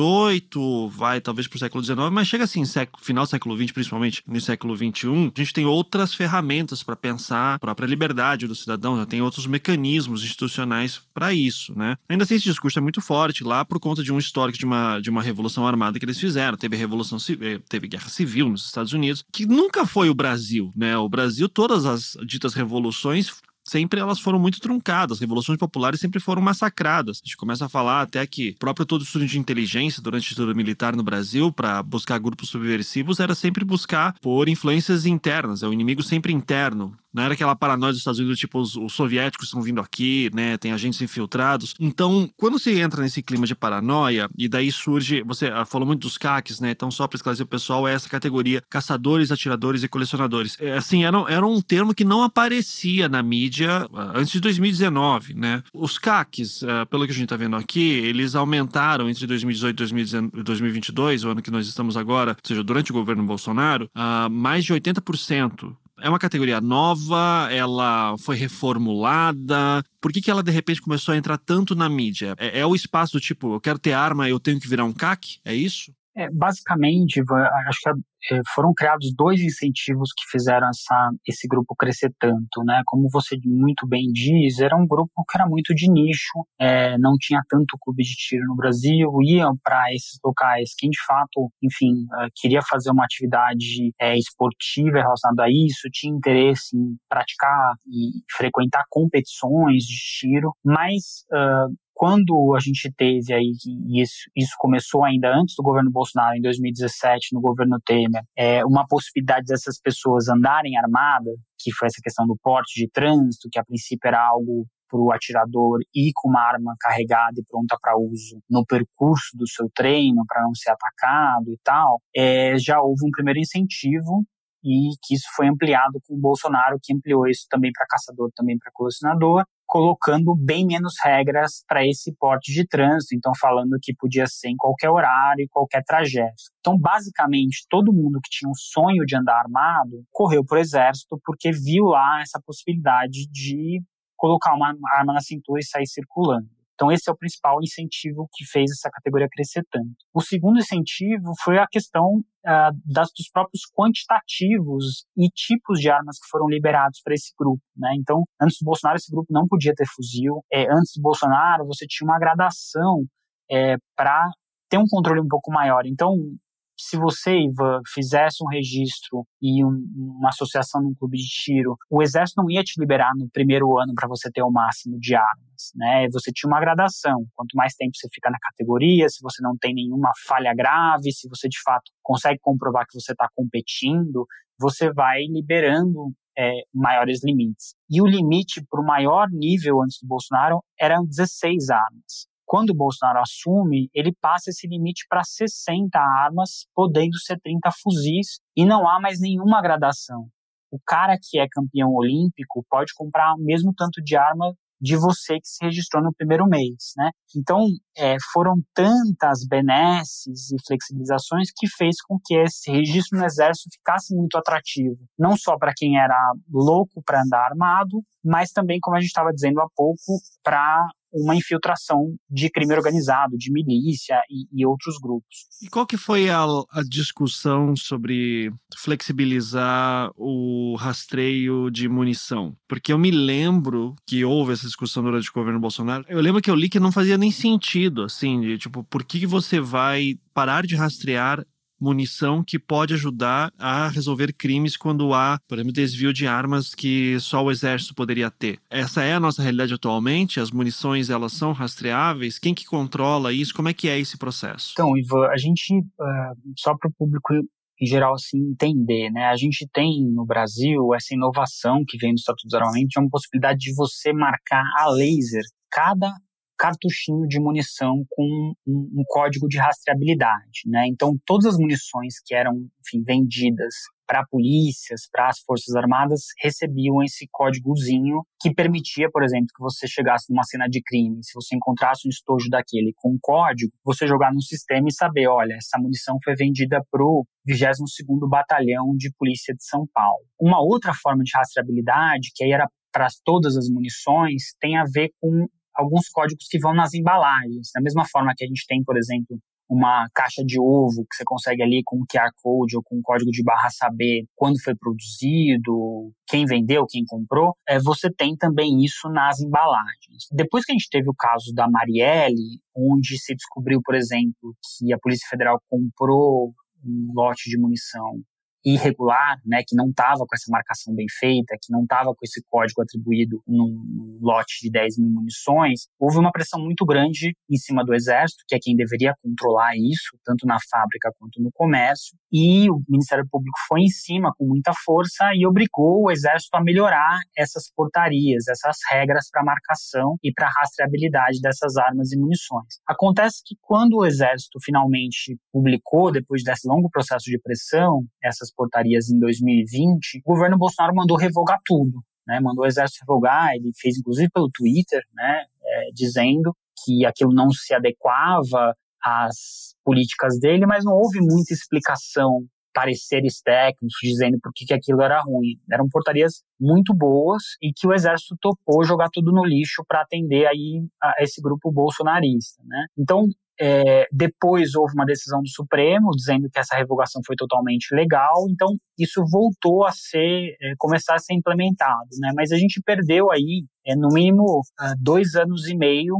XVIII, vai talvez pro século XIX, mas chega assim, final do século XX, principalmente no século XXI, a gente tem outras ferramentas para pensar a própria liberdade do cidadão, já tem outros mecanismos institucionais para isso, né? Ainda assim, esse discurso é muito forte lá por conta de um histórico de uma revolução armada que eles fizeram. Teve teve guerra civil nos Estados Unidos, que nunca foi o Brasil, né? O Brasil, todas as ditas revoluções sempre elas foram muito truncadas, revoluções populares sempre foram massacradas. A gente começa a falar até que o próprio todo estudo de inteligência durante a ditadura militar no Brasil, para buscar grupos subversivos, era sempre buscar por influências internas, é o inimigo sempre interno. Não era aquela paranoia dos Estados Unidos, tipo, os soviéticos estão vindo aqui, né, tem agentes infiltrados. Então, quando você entra nesse clima de paranoia, e daí surge, você falou muito dos CACs, né, então só para esclarecer o pessoal, é essa categoria, caçadores, atiradores e colecionadores. Assim, era um termo que não aparecia na mídia antes de 2019, né. Os CACs, pelo que a gente tá vendo aqui, eles aumentaram entre 2018 e 2022, o ano que nós estamos agora, ou seja, durante o governo Bolsonaro, mais de 80%. É uma categoria nova, ela foi reformulada. Por que ela, de repente, começou a entrar tanto na mídia? É o espaço do tipo, eu quero ter arma, eu tenho que virar um CAC? É isso? Basicamente, acho que foram criados dois incentivos que fizeram esse grupo crescer tanto, né? Como você muito bem diz, era um grupo que era muito de nicho, não tinha tanto clube de tiro no Brasil, iam para esses locais quem de fato, enfim, queria fazer uma atividade esportiva relacionada a isso, tinha interesse em praticar e frequentar competições de tiro, mas quando a gente teve aí, e isso começou ainda antes do governo Bolsonaro, em 2017, no governo Temer, uma possibilidade dessas pessoas andarem armadas, que foi essa questão do porte de trânsito, que a princípio era algo para o atirador ir com uma arma carregada e pronta para uso no percurso do seu treino, para não ser atacado e tal, já houve um primeiro incentivo, e que isso foi ampliado com o Bolsonaro, que ampliou isso também para caçador, também para colecionador, colocando bem menos regras para esse porte de trânsito, então falando que podia ser em qualquer horário e qualquer trajeto. Então, basicamente, todo mundo que tinha um sonho de andar armado correu para o exército porque viu lá essa possibilidade de colocar uma arma na cintura e sair circulando. Então, esse é o principal incentivo que fez essa categoria crescer tanto. O segundo incentivo foi a questão dos próprios quantitativos e tipos de armas que foram liberados para esse grupo, né? Então, antes do Bolsonaro, esse grupo não podia ter fuzil. Antes do Bolsonaro, você tinha uma gradação para ter um controle um pouco maior. Então, se você, Ivan, fizesse um registro e uma associação num clube de tiro, o exército não ia te liberar no primeiro ano para você ter o máximo de armas, né? Você tinha uma gradação. Quanto mais tempo você fica na categoria, se você não tem nenhuma falha grave, se você de fato consegue comprovar que você está competindo, você vai liberando maiores limites. E o limite para o maior nível antes do Bolsonaro eram 16 armas. Quando o Bolsonaro assume, ele passa esse limite para 60 armas, podendo ser 30 fuzis, e não há mais nenhuma gradação. O cara que é campeão olímpico pode comprar o mesmo tanto de arma de você que se registrou no primeiro mês, né? Então, foram tantas benesses e flexibilizações que fez com que esse registro no exército ficasse muito atrativo, não só para quem era louco para andar armado, mas também, como a gente estava dizendo há pouco, para uma infiltração de crime organizado, de milícia e outros grupos. E qual que foi a discussão sobre flexibilizar o rastreio de munição? Porque eu me lembro que houve essa discussão durante o governo Bolsonaro. Eu lembro que eu li que não fazia nem sentido, assim, de tipo, por que você vai parar de rastrear munição que pode ajudar a resolver crimes quando há, por exemplo, desvio de armas que só o exército poderia ter. Essa é a nossa realidade atualmente? As munições, elas são rastreáveis? Quem que controla isso? Como é que é esse processo? Então, Ivan, a gente, só para o público em geral assim entender, né? A gente tem no Brasil essa inovação que vem do Estatuto do Desarmamento, de uma possibilidade de você marcar a laser cada cartuchinho de munição com um código de rastreabilidade, né? Então, todas as munições que eram, enfim, vendidas para polícias, para as Forças Armadas, recebiam esse códigozinho que permitia, por exemplo, que você chegasse numa cena de crime, se você encontrasse um estojo daquele com um código, você jogar no sistema e saber, olha, essa munição foi vendida para o 22º Batalhão de Polícia de São Paulo. Uma outra forma de rastreabilidade, que aí era para todas as munições, tem a ver com alguns códigos que vão nas embalagens. Da mesma forma que a gente tem, por exemplo, uma caixa de ovo que você consegue ali com um QR Code ou com um código de barra saber quando foi produzido, quem vendeu, quem comprou, você tem também isso nas embalagens. Depois que a gente teve o caso da Marielle, onde se descobriu, por exemplo, que a Polícia Federal comprou um lote de munição irregular, né, que não estava com essa marcação bem feita, que não estava com esse código atribuído num lote de 10 mil munições, houve uma pressão muito grande em cima do Exército, que é quem deveria controlar isso, tanto na fábrica quanto no comércio, e o Ministério Público foi em cima com muita força e obrigou o Exército a melhorar essas portarias, essas regras para marcação e para rastreabilidade dessas armas e munições. Acontece que quando o Exército finalmente publicou, depois desse longo processo de pressão, essas portarias em 2020, o governo Bolsonaro mandou revogar tudo, né? Mandou o Exército revogar, ele fez inclusive pelo Twitter, né? Dizendo que aquilo não se adequava às políticas dele, mas não houve muita explicação, pareceres técnicos dizendo por que aquilo era ruim. Eram portarias muito boas e que o Exército topou jogar tudo no lixo para atender aí a esse grupo bolsonarista, né? Então, depois houve uma decisão do Supremo dizendo que essa revogação foi totalmente legal, então isso voltou a começar a ser implementado, né? Mas a gente perdeu aí, no mínimo, 2 anos e meio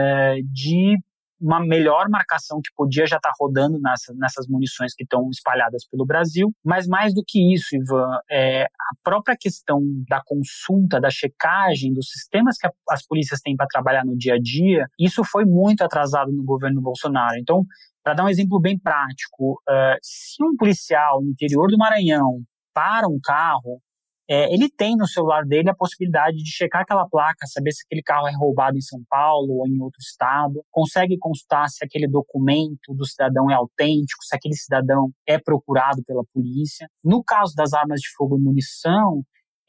de uma melhor marcação que podia já estar rodando nessas munições que estão espalhadas pelo Brasil, mas mais do que isso, Ivan, a própria questão da consulta, da checagem dos sistemas que as polícias têm para trabalhar no dia a dia, isso foi muito atrasado no governo Bolsonaro. Então, para dar um exemplo bem prático, se um policial no interior do Maranhão para um carro, ele tem no celular dele a possibilidade de checar aquela placa, saber se aquele carro é roubado em São Paulo ou em outro estado, consegue consultar se aquele documento do cidadão é autêntico, se aquele cidadão é procurado pela polícia. No caso das armas de fogo e munição,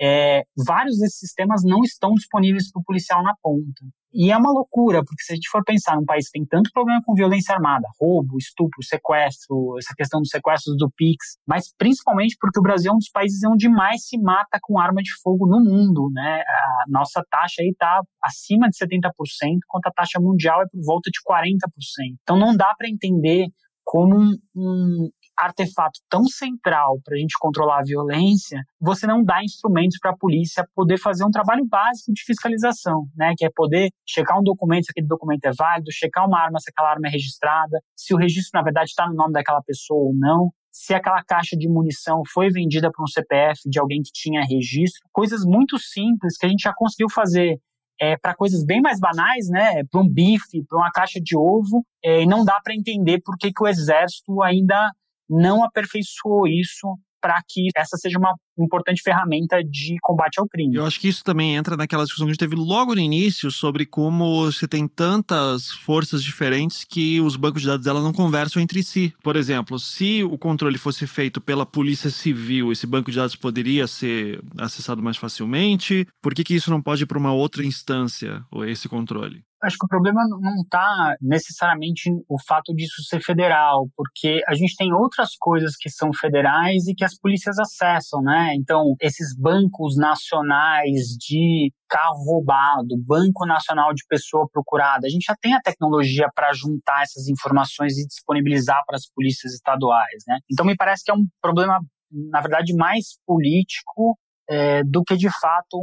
vários desses sistemas não estão disponíveis para o policial na ponta. E é uma loucura, porque se a gente for pensar num país que tem tanto problema com violência armada, roubo, estupro, sequestro, essa questão dos sequestros do Pix, mas principalmente porque o Brasil é um dos países onde mais se mata com arma de fogo no mundo, né? A nossa taxa aí está acima de 70%, enquanto a taxa mundial é por volta de 40%. Então não dá para entender como um artefato tão central para a gente controlar a violência, você não dá instrumentos para a polícia poder fazer um trabalho básico de fiscalização, né? Que é poder checar um documento, se aquele documento é válido, checar uma arma, se aquela arma é registrada, se o registro, na verdade, está no nome daquela pessoa ou não, se aquela caixa de munição foi vendida para um CPF de alguém que tinha registro, coisas muito simples que a gente já conseguiu fazer para coisas bem mais banais, né? Para um bife, para uma caixa de ovo, e não dá para entender por que o Exército ainda não aperfeiçoou isso para que essa seja uma importante ferramenta de combate ao crime. Eu acho que isso também entra naquela discussão que a gente teve logo no início sobre como você tem tantas forças diferentes que os bancos de dados dela não conversam entre si. Por exemplo, se o controle fosse feito pela Polícia Civil, esse banco de dados poderia ser acessado mais facilmente? Por que isso não pode ir para uma outra instância, esse controle? Acho que o problema não está necessariamente o fato disso ser federal, porque a gente tem outras coisas que são federais e que as polícias acessam, né? Então, esses bancos nacionais de carro roubado, Banco Nacional de Pessoa Procurada, a gente já tem a tecnologia para juntar essas informações e disponibilizar para as polícias estaduais, né? Então, me parece que é um problema, na verdade, mais político do que, de fato,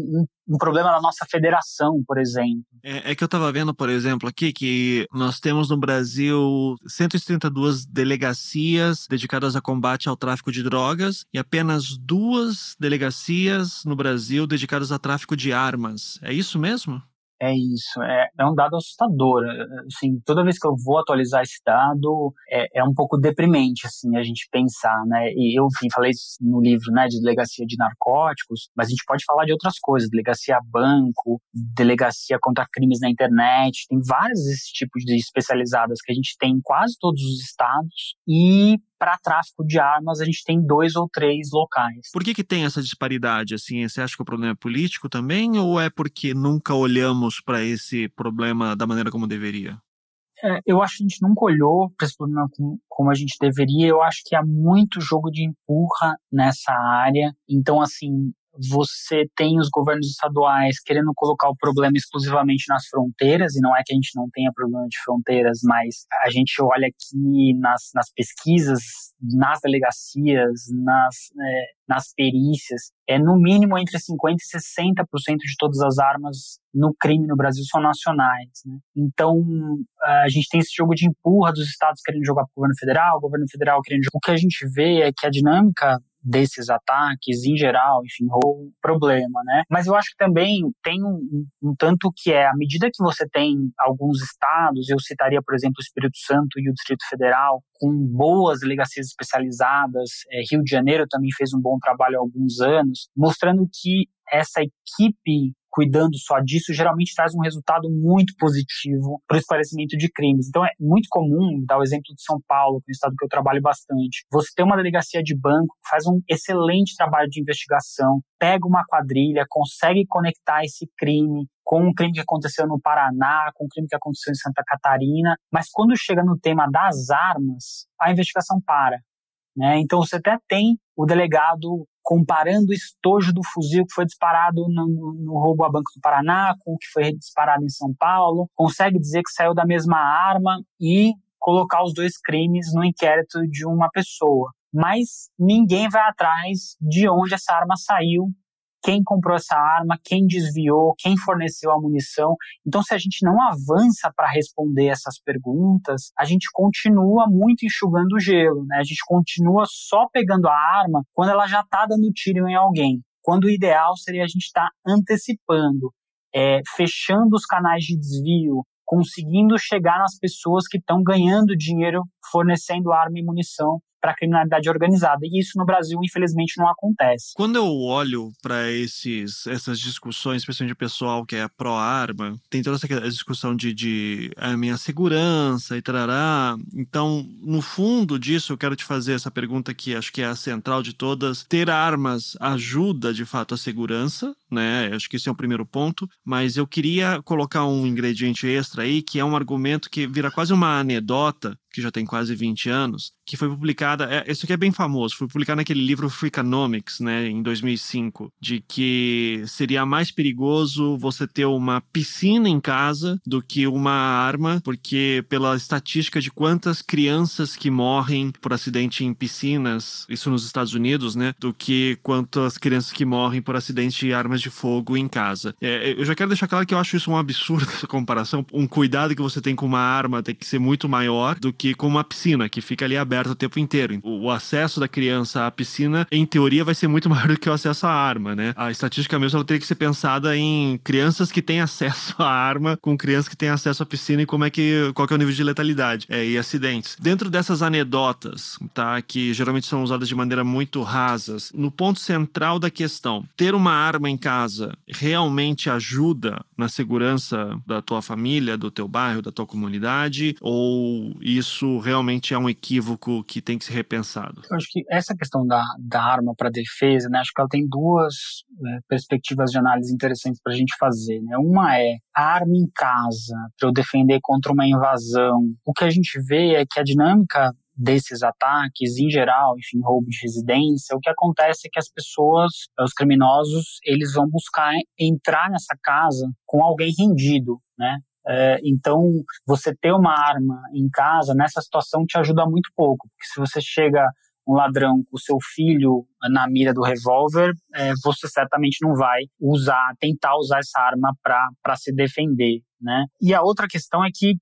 um problema da nossa federação, por exemplo. É que eu estava vendo, por exemplo, aqui que nós temos no Brasil 172 delegacias dedicadas a combate ao tráfico de drogas e apenas 2 delegacias no Brasil dedicadas a tráfico de armas. É isso mesmo? É isso, é um dado assustador. Assim, toda vez que eu vou atualizar esse dado, é um pouco deprimente, assim, a gente pensar, né? E eu, enfim, falei isso no livro, né, de delegacia de narcóticos, mas a gente pode falar de outras coisas, delegacia a banco, delegacia contra crimes na internet, tem vários desses tipos de especializadas que a gente tem em quase todos os estados, e para tráfico de armas a gente tem 2 ou 3 locais. Por que tem essa disparidade? Assim, você acha que o problema é político também ou é porque nunca olhamos para esse problema da maneira como deveria? Eu acho que a gente nunca olhou para esse problema como a gente deveria. Eu acho que há muito jogo de empurra nessa área. Então, assim, você tem os governos estaduais querendo colocar o problema exclusivamente nas fronteiras, e não é que a gente não tenha problema de fronteiras, mas a gente olha aqui nas pesquisas, nas delegacias, nas perícias, no mínimo entre 50% e 60% de todas as armas no crime no Brasil são nacionais, né? Então, a gente tem esse jogo de empurra dos estados querendo jogar para o governo federal querendo jogar. O que a gente vê é que a dinâmica desses ataques, em geral, enfim, é um problema, né? Mas eu acho que também tem um tanto que à medida que você tem alguns estados, eu citaria, por exemplo, o Espírito Santo e o Distrito Federal, com boas delegacias especializadas, Rio de Janeiro também fez um bom trabalho há alguns anos, mostrando que essa equipe cuidando só disso, geralmente traz um resultado muito positivo para o esclarecimento de crimes. Então é muito comum, dar o exemplo de São Paulo, que é um estado que eu trabalho bastante, você tem uma delegacia de banco que faz um excelente trabalho de investigação, pega uma quadrilha, consegue conectar esse crime com um crime que aconteceu no Paraná, com um crime que aconteceu em Santa Catarina, mas quando chega no tema das armas, a investigação para, né? Então você até tem o delegado comparando o estojo do fuzil que foi disparado no roubo a Banco do Paraná com o que foi disparado em São Paulo, consegue dizer que saiu da mesma arma e colocar os 2 crimes no inquérito de uma pessoa. Mas ninguém vai atrás de onde essa arma saiu, quem comprou essa arma, quem desviou, quem forneceu a munição. Então, se a gente não avança para responder essas perguntas, a gente continua muito enxugando o gelo, né? A gente continua só pegando a arma quando ela já está dando tiro em alguém. Quando o ideal seria a gente estar antecipando, fechando os canais de desvio, conseguindo chegar nas pessoas que estão ganhando dinheiro fornecendo arma e munição para a criminalidade organizada. E isso no Brasil, infelizmente, não acontece. Quando eu olho para essas discussões, especialmente de pessoal que é pró-arma, tem toda essa discussão de a minha segurança e tarará. Então, no fundo disso, eu quero te fazer essa pergunta que acho que é a central de todas. Ter armas ajuda, de fato, a segurança, né? Acho que esse é o primeiro ponto. Mas eu queria colocar um ingrediente extra aí, que é um argumento que vira quase uma anedota, que já tem quase 20 anos, que foi publicada, isso aqui é bem famoso, foi publicado naquele livro Freakonomics, né, em 2005, de que seria mais perigoso você ter uma piscina em casa do que uma arma, porque pela estatística de quantas crianças que morrem por acidente em piscinas, isso nos Estados Unidos, né, do que quantas crianças que morrem por acidente de armas de fogo em casa. Eu já quero deixar claro que eu acho isso um absurdo, essa comparação. Um cuidado que você tem com uma arma tem que ser muito maior do que com uma piscina, que fica ali aberta o tempo inteiro. O acesso da criança à piscina, em teoria, vai ser muito maior do que o acesso à arma, né? A estatística mesmo, ela teria que ser pensada em crianças que têm acesso à arma com crianças que têm acesso à piscina e qual que é o nível de letalidade e acidentes. Dentro dessas anedotas, tá? Que geralmente são usadas de maneira muito rasas, no ponto central da questão, ter uma arma em casa realmente ajuda na segurança da tua família, do teu bairro, da tua comunidade, ou isso realmente é um equívoco que tem que ser repensado? Eu acho que essa questão da arma para defesa, né, acho que ela tem 2 perspectivas de análise interessantes para a gente fazer, né? Uma é a arma em casa para eu defender contra uma invasão. O que a gente vê é que a dinâmica desses ataques, em geral, enfim, roubo de residência, o que acontece é que as pessoas, os criminosos, eles vão buscar entrar nessa casa com alguém rendido, né? Então, você ter uma arma em casa, nessa situação, te ajuda muito pouco, porque se você chega um ladrão com o seu filho na mira do revólver, você certamente não vai tentar usar essa arma para se defender, né? E a outra questão é que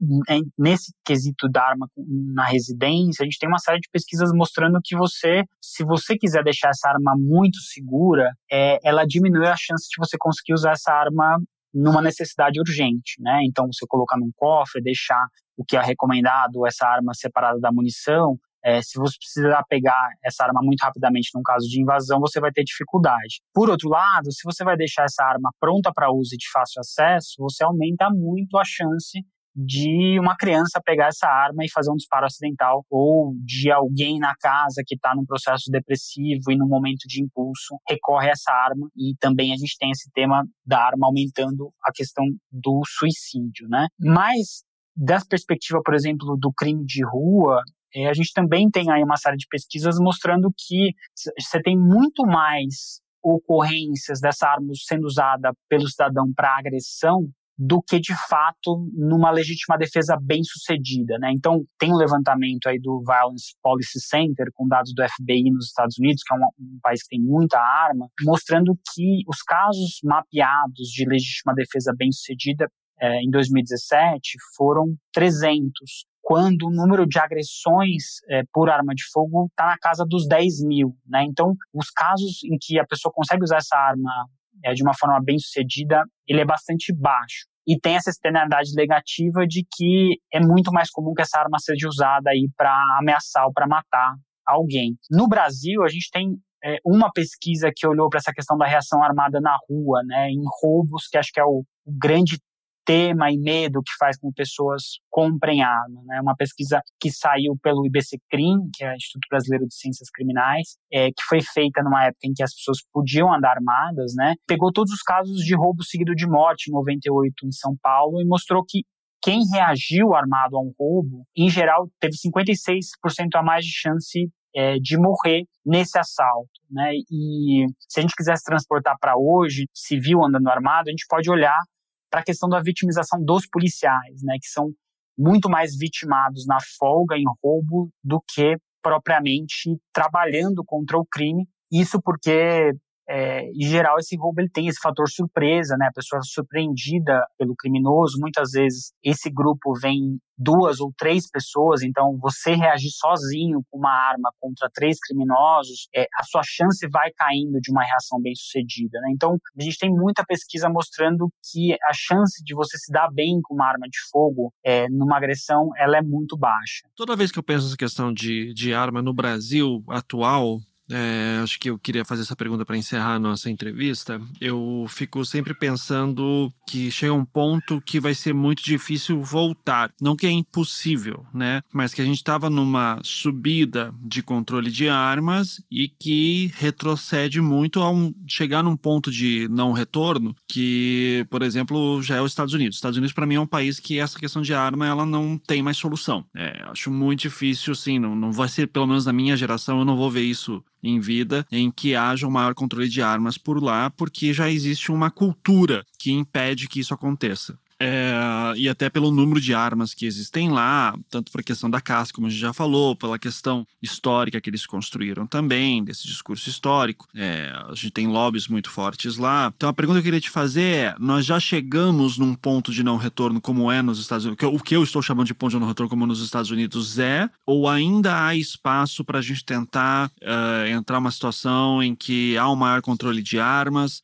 nesse quesito da arma na residência, a gente tem uma série de pesquisas mostrando que se você quiser deixar essa arma muito segura, ela diminui a chance de você conseguir usar essa arma numa necessidade urgente, né? Então, você colocar num cofre, deixar o que é recomendado, essa arma separada da munição. Se você precisar pegar essa arma muito rapidamente num caso de invasão, você vai ter dificuldade. Por outro lado, se você vai deixar essa arma pronta para uso e de fácil acesso, você aumenta muito a chance de uma criança pegar essa arma e fazer um disparo acidental, ou de alguém na casa que está num processo depressivo e num momento de impulso recorre a essa arma. E também a gente tem esse tema da arma aumentando a questão do suicídio, né? Mas, da perspectiva, por exemplo, do crime de rua, a gente também tem aí uma série de pesquisas mostrando que você tem muito mais ocorrências dessa arma sendo usada pelo cidadão para agressão do que, de fato, numa legítima defesa bem-sucedida, né? Então, tem um levantamento aí do Violence Policy Center, com dados do FBI nos Estados Unidos, que é um país que tem muita arma, mostrando que os casos mapeados de legítima defesa bem-sucedida em 2017 foram 300, quando o número de agressões por arma de fogo está na casa dos 10 mil, né? Então, os casos em que a pessoa consegue usar essa arma de uma forma bem-sucedida, ele é bastante baixo. E tem essa externalidade negativa de que é muito mais comum que essa arma seja usada aí para ameaçar ou para matar alguém. No Brasil, a gente tem uma pesquisa que olhou para essa questão da reação armada na rua, né, em roubos, que acho que é o grande tema e medo que faz com que pessoas comprem arma, né? Uma pesquisa que saiu pelo IBCCRIM, que é o Instituto Brasileiro de Ciências Criminais, que foi feita numa época em que as pessoas podiam andar armadas, né? Pegou todos os casos de roubo seguido de morte em 98 em São Paulo e mostrou que quem reagiu armado a um roubo, em geral, teve 56% a mais de chance de morrer nesse assalto, né? E se a gente quisesse transportar para hoje, civil andando armado, a gente pode olhar para a questão da vitimização dos policiais, né, que são muito mais vitimados na folga, em roubo, do que propriamente trabalhando contra o crime. Isso porque, em geral, esse roubo ele tem esse fator surpresa, né, a pessoa é surpreendida pelo criminoso. Muitas vezes esse grupo vem 2 ou 3 pessoas, então você reagir sozinho com uma arma contra 3 criminosos, a sua chance vai caindo de uma reação bem-sucedida, né? Então, a gente tem muita pesquisa mostrando que a chance de você se dar bem com uma arma de fogo numa agressão, ela é muito baixa. Toda vez que eu penso nessa questão de arma no Brasil atual, acho que eu queria fazer essa pergunta para encerrar a nossa entrevista. Eu fico sempre pensando que chega um ponto que vai ser muito difícil voltar. Não que é impossível, né? Mas que a gente estava numa subida de controle de armas e que retrocede muito a chegar num ponto de não retorno que, por exemplo, já é os Estados Unidos. Os Estados Unidos, para mim, é um país que essa questão de arma ela não tem mais solução. Acho muito difícil, assim, não vai ser, pelo menos na minha geração, eu não vou ver isso em vida, em que haja um maior controle de armas por lá, porque já existe uma cultura que impede que isso aconteça. E até pelo número de armas que existem lá, tanto por questão da caça, como a gente já falou, pela questão histórica que eles construíram também, desse discurso histórico. A gente tem lobbies muito fortes lá. Então a pergunta que eu queria te fazer é, nós já chegamos num ponto de não retorno como é nos Estados Unidos, o que eu estou chamando de ponto de não retorno como nos Estados Unidos ou ainda há espaço para a gente tentar entrar numa situação em que há um maior controle de armas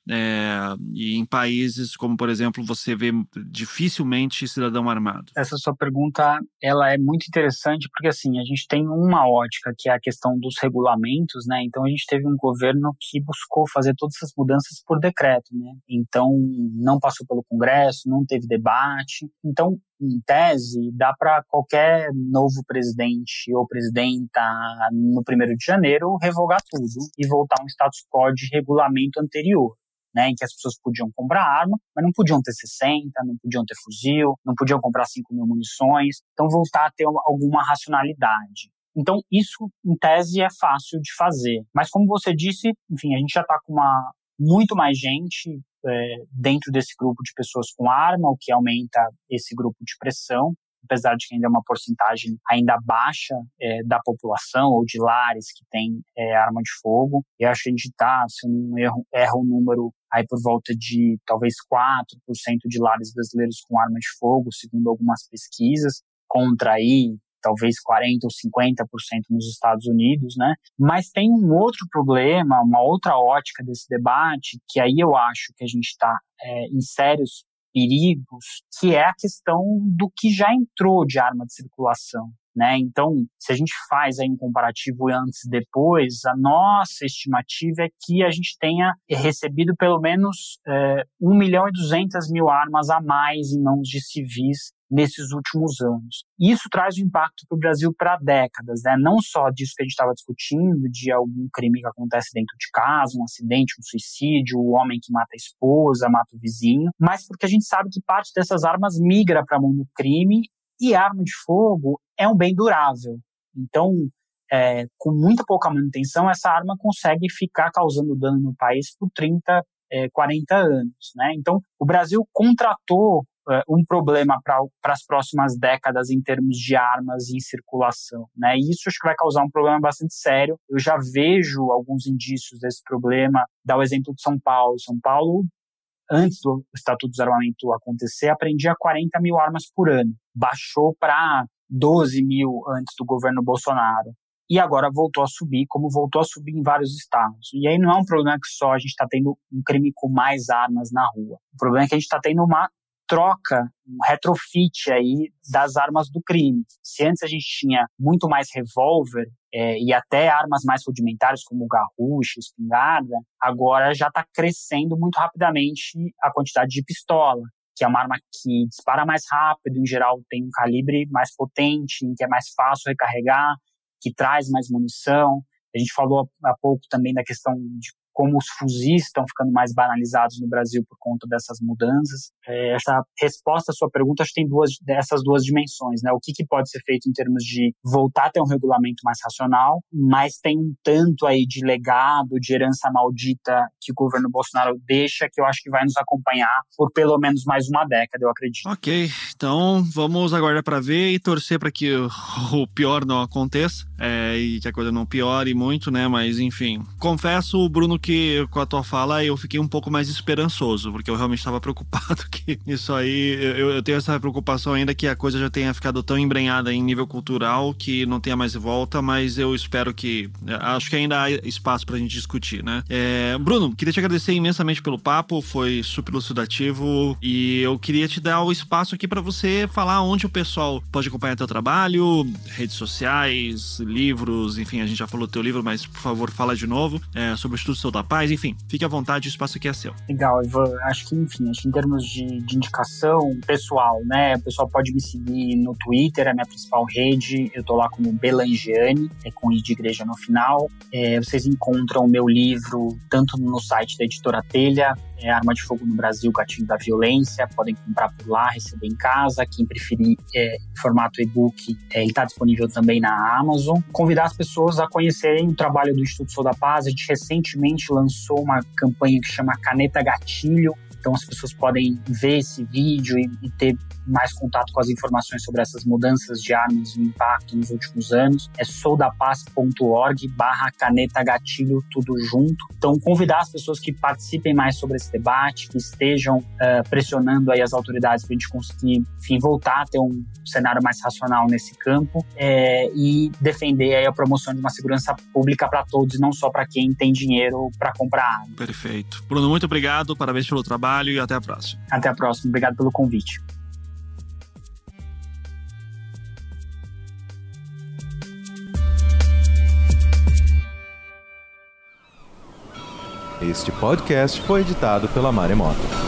e em países como, por exemplo, você vê dificilmente cidadão armado? Essa sua pergunta, ela é muito interessante porque, assim, a gente tem uma ótica que é a questão dos regulamentos, né? Então, a gente teve um governo que buscou fazer todas essas mudanças por decreto, né? Então, não passou pelo Congresso, não teve debate. Então, em tese, dá para qualquer novo presidente ou presidenta no 1º de janeiro revogar tudo e voltar a um status quo de regulamento anterior, né, em que as pessoas podiam comprar arma, mas não podiam ter 60, não podiam ter fuzil, não podiam comprar 5 mil munições, então voltar a ter alguma racionalidade. Então isso, em tese, é fácil de fazer. Mas como você disse, enfim, a gente já está com muito mais gente dentro desse grupo de pessoas com arma, o que aumenta esse grupo de pressão, apesar de que ainda é uma porcentagem ainda baixa da população ou de lares que tem arma de fogo. Eu acho que a gente está, se eu não erro o número, aí por volta de talvez 4% de lares brasileiros com arma de fogo, segundo algumas pesquisas, contra aí talvez 40% ou 50% nos Estados Unidos, né? Mas tem um outro problema, uma outra ótica desse debate, que aí eu acho que a gente está em sérios perigos, que é a questão do que já entrou de arma de circulação, né? Então, se a gente faz aí um comparativo antes e depois, a nossa estimativa é que a gente tenha recebido pelo menos 1.200.000 armas a mais em mãos de civis nesses últimos anos. Isso traz um impacto para o Brasil para décadas, né? Não só disso que a gente estava discutindo, de algum crime que acontece dentro de casa, um acidente, um suicídio, o homem que mata a esposa, mata o vizinho, mas porque a gente sabe que parte dessas armas migra para a mão do crime, e a arma de fogo é um bem durável. Então, com muita pouca manutenção, essa arma consegue ficar causando dano no país por 30, 40 anos, né? Então, o Brasil contratou um problema para as próximas décadas em termos de armas em circulação, né? E isso acho que vai causar um problema bastante sério. Eu já vejo alguns indícios desse problema. Dá o exemplo de São Paulo. São Paulo, antes do Estatuto do Desarmamento acontecer, apreendia 40.000 armas por ano. Baixou para 12.000 antes do governo Bolsonaro. E agora voltou a subir, como voltou a subir em vários estados. E aí não é um problema que só a gente está tendo um crime com mais armas na rua. O problema é que a gente está tendo uma troca, um retrofit aí das armas do crime. Se antes a gente tinha muito mais revólver e até armas mais rudimentares como garrucha, espingarda, agora já está crescendo muito rapidamente a quantidade de pistola, que é uma arma que dispara mais rápido, em geral tem um calibre mais potente, que é mais fácil recarregar, que traz mais munição. A gente falou há pouco também da questão de como os fuzis estão ficando mais banalizados no Brasil por conta dessas mudanças. Essa resposta à sua pergunta, acho que tem essas duas dimensões, né? O que pode ser feito em termos de voltar a ter um regulamento mais racional, mas tem um tanto aí de legado, de herança maldita que o governo Bolsonaro deixa, que eu acho que vai nos acompanhar por pelo menos mais uma década, eu acredito. Ok, então vamos aguardar para ver e torcer para que o pior não aconteça e que a coisa não piore muito, né? Mas enfim, confesso, Bruno, que com a tua fala eu fiquei um pouco mais esperançoso, porque eu realmente estava preocupado que isso aí, eu tenho essa preocupação ainda que a coisa já tenha ficado tão embrenhada em nível cultural que não tenha mais volta, mas eu espero que, acho que ainda há espaço pra gente discutir, né? Bruno, queria te agradecer imensamente pelo papo, foi super elucidativo e eu queria te dar o espaço aqui para você falar onde o pessoal pode acompanhar teu trabalho, redes sociais, livros, enfim, a gente já falou do teu livro, mas por favor fala de novo sobre o Instituto Sou da Paz, enfim, fique à vontade, o espaço aqui é seu. Legal, Ivan, acho que em termos de indicação pessoal, né, o pessoal pode me seguir no Twitter, é a minha principal rede, eu tô lá como Belangiani, com I de igreja no final. Vocês encontram o meu livro tanto no site da Editora Telha, Arma de Fogo no Brasil, Gatilho da Violência, podem comprar por lá, receber em casa. Quem preferir em formato e-book, ele está disponível também na Amazon. Convidar as pessoas a conhecerem o trabalho do Instituto Sou da Paz. A gente recentemente lançou uma campanha que chama Caneta Gatilho, então as pessoas podem ver esse vídeo e ter mais contato com as informações sobre essas mudanças de armas e o impacto nos últimos anos. É soudapaz.org/caneta gatilho, tudo junto. Então, convidar as pessoas que participem mais sobre esse debate, que estejam pressionando aí as autoridades para a gente conseguir, enfim, voltar a ter um cenário mais racional nesse campo e defender aí a promoção de uma segurança pública para todos e não só para quem tem dinheiro para comprar arma. Perfeito. Bruno, muito obrigado, parabéns pelo trabalho e até a próxima. Até a próxima, obrigado pelo convite. Este podcast foi editado pela Maremoto.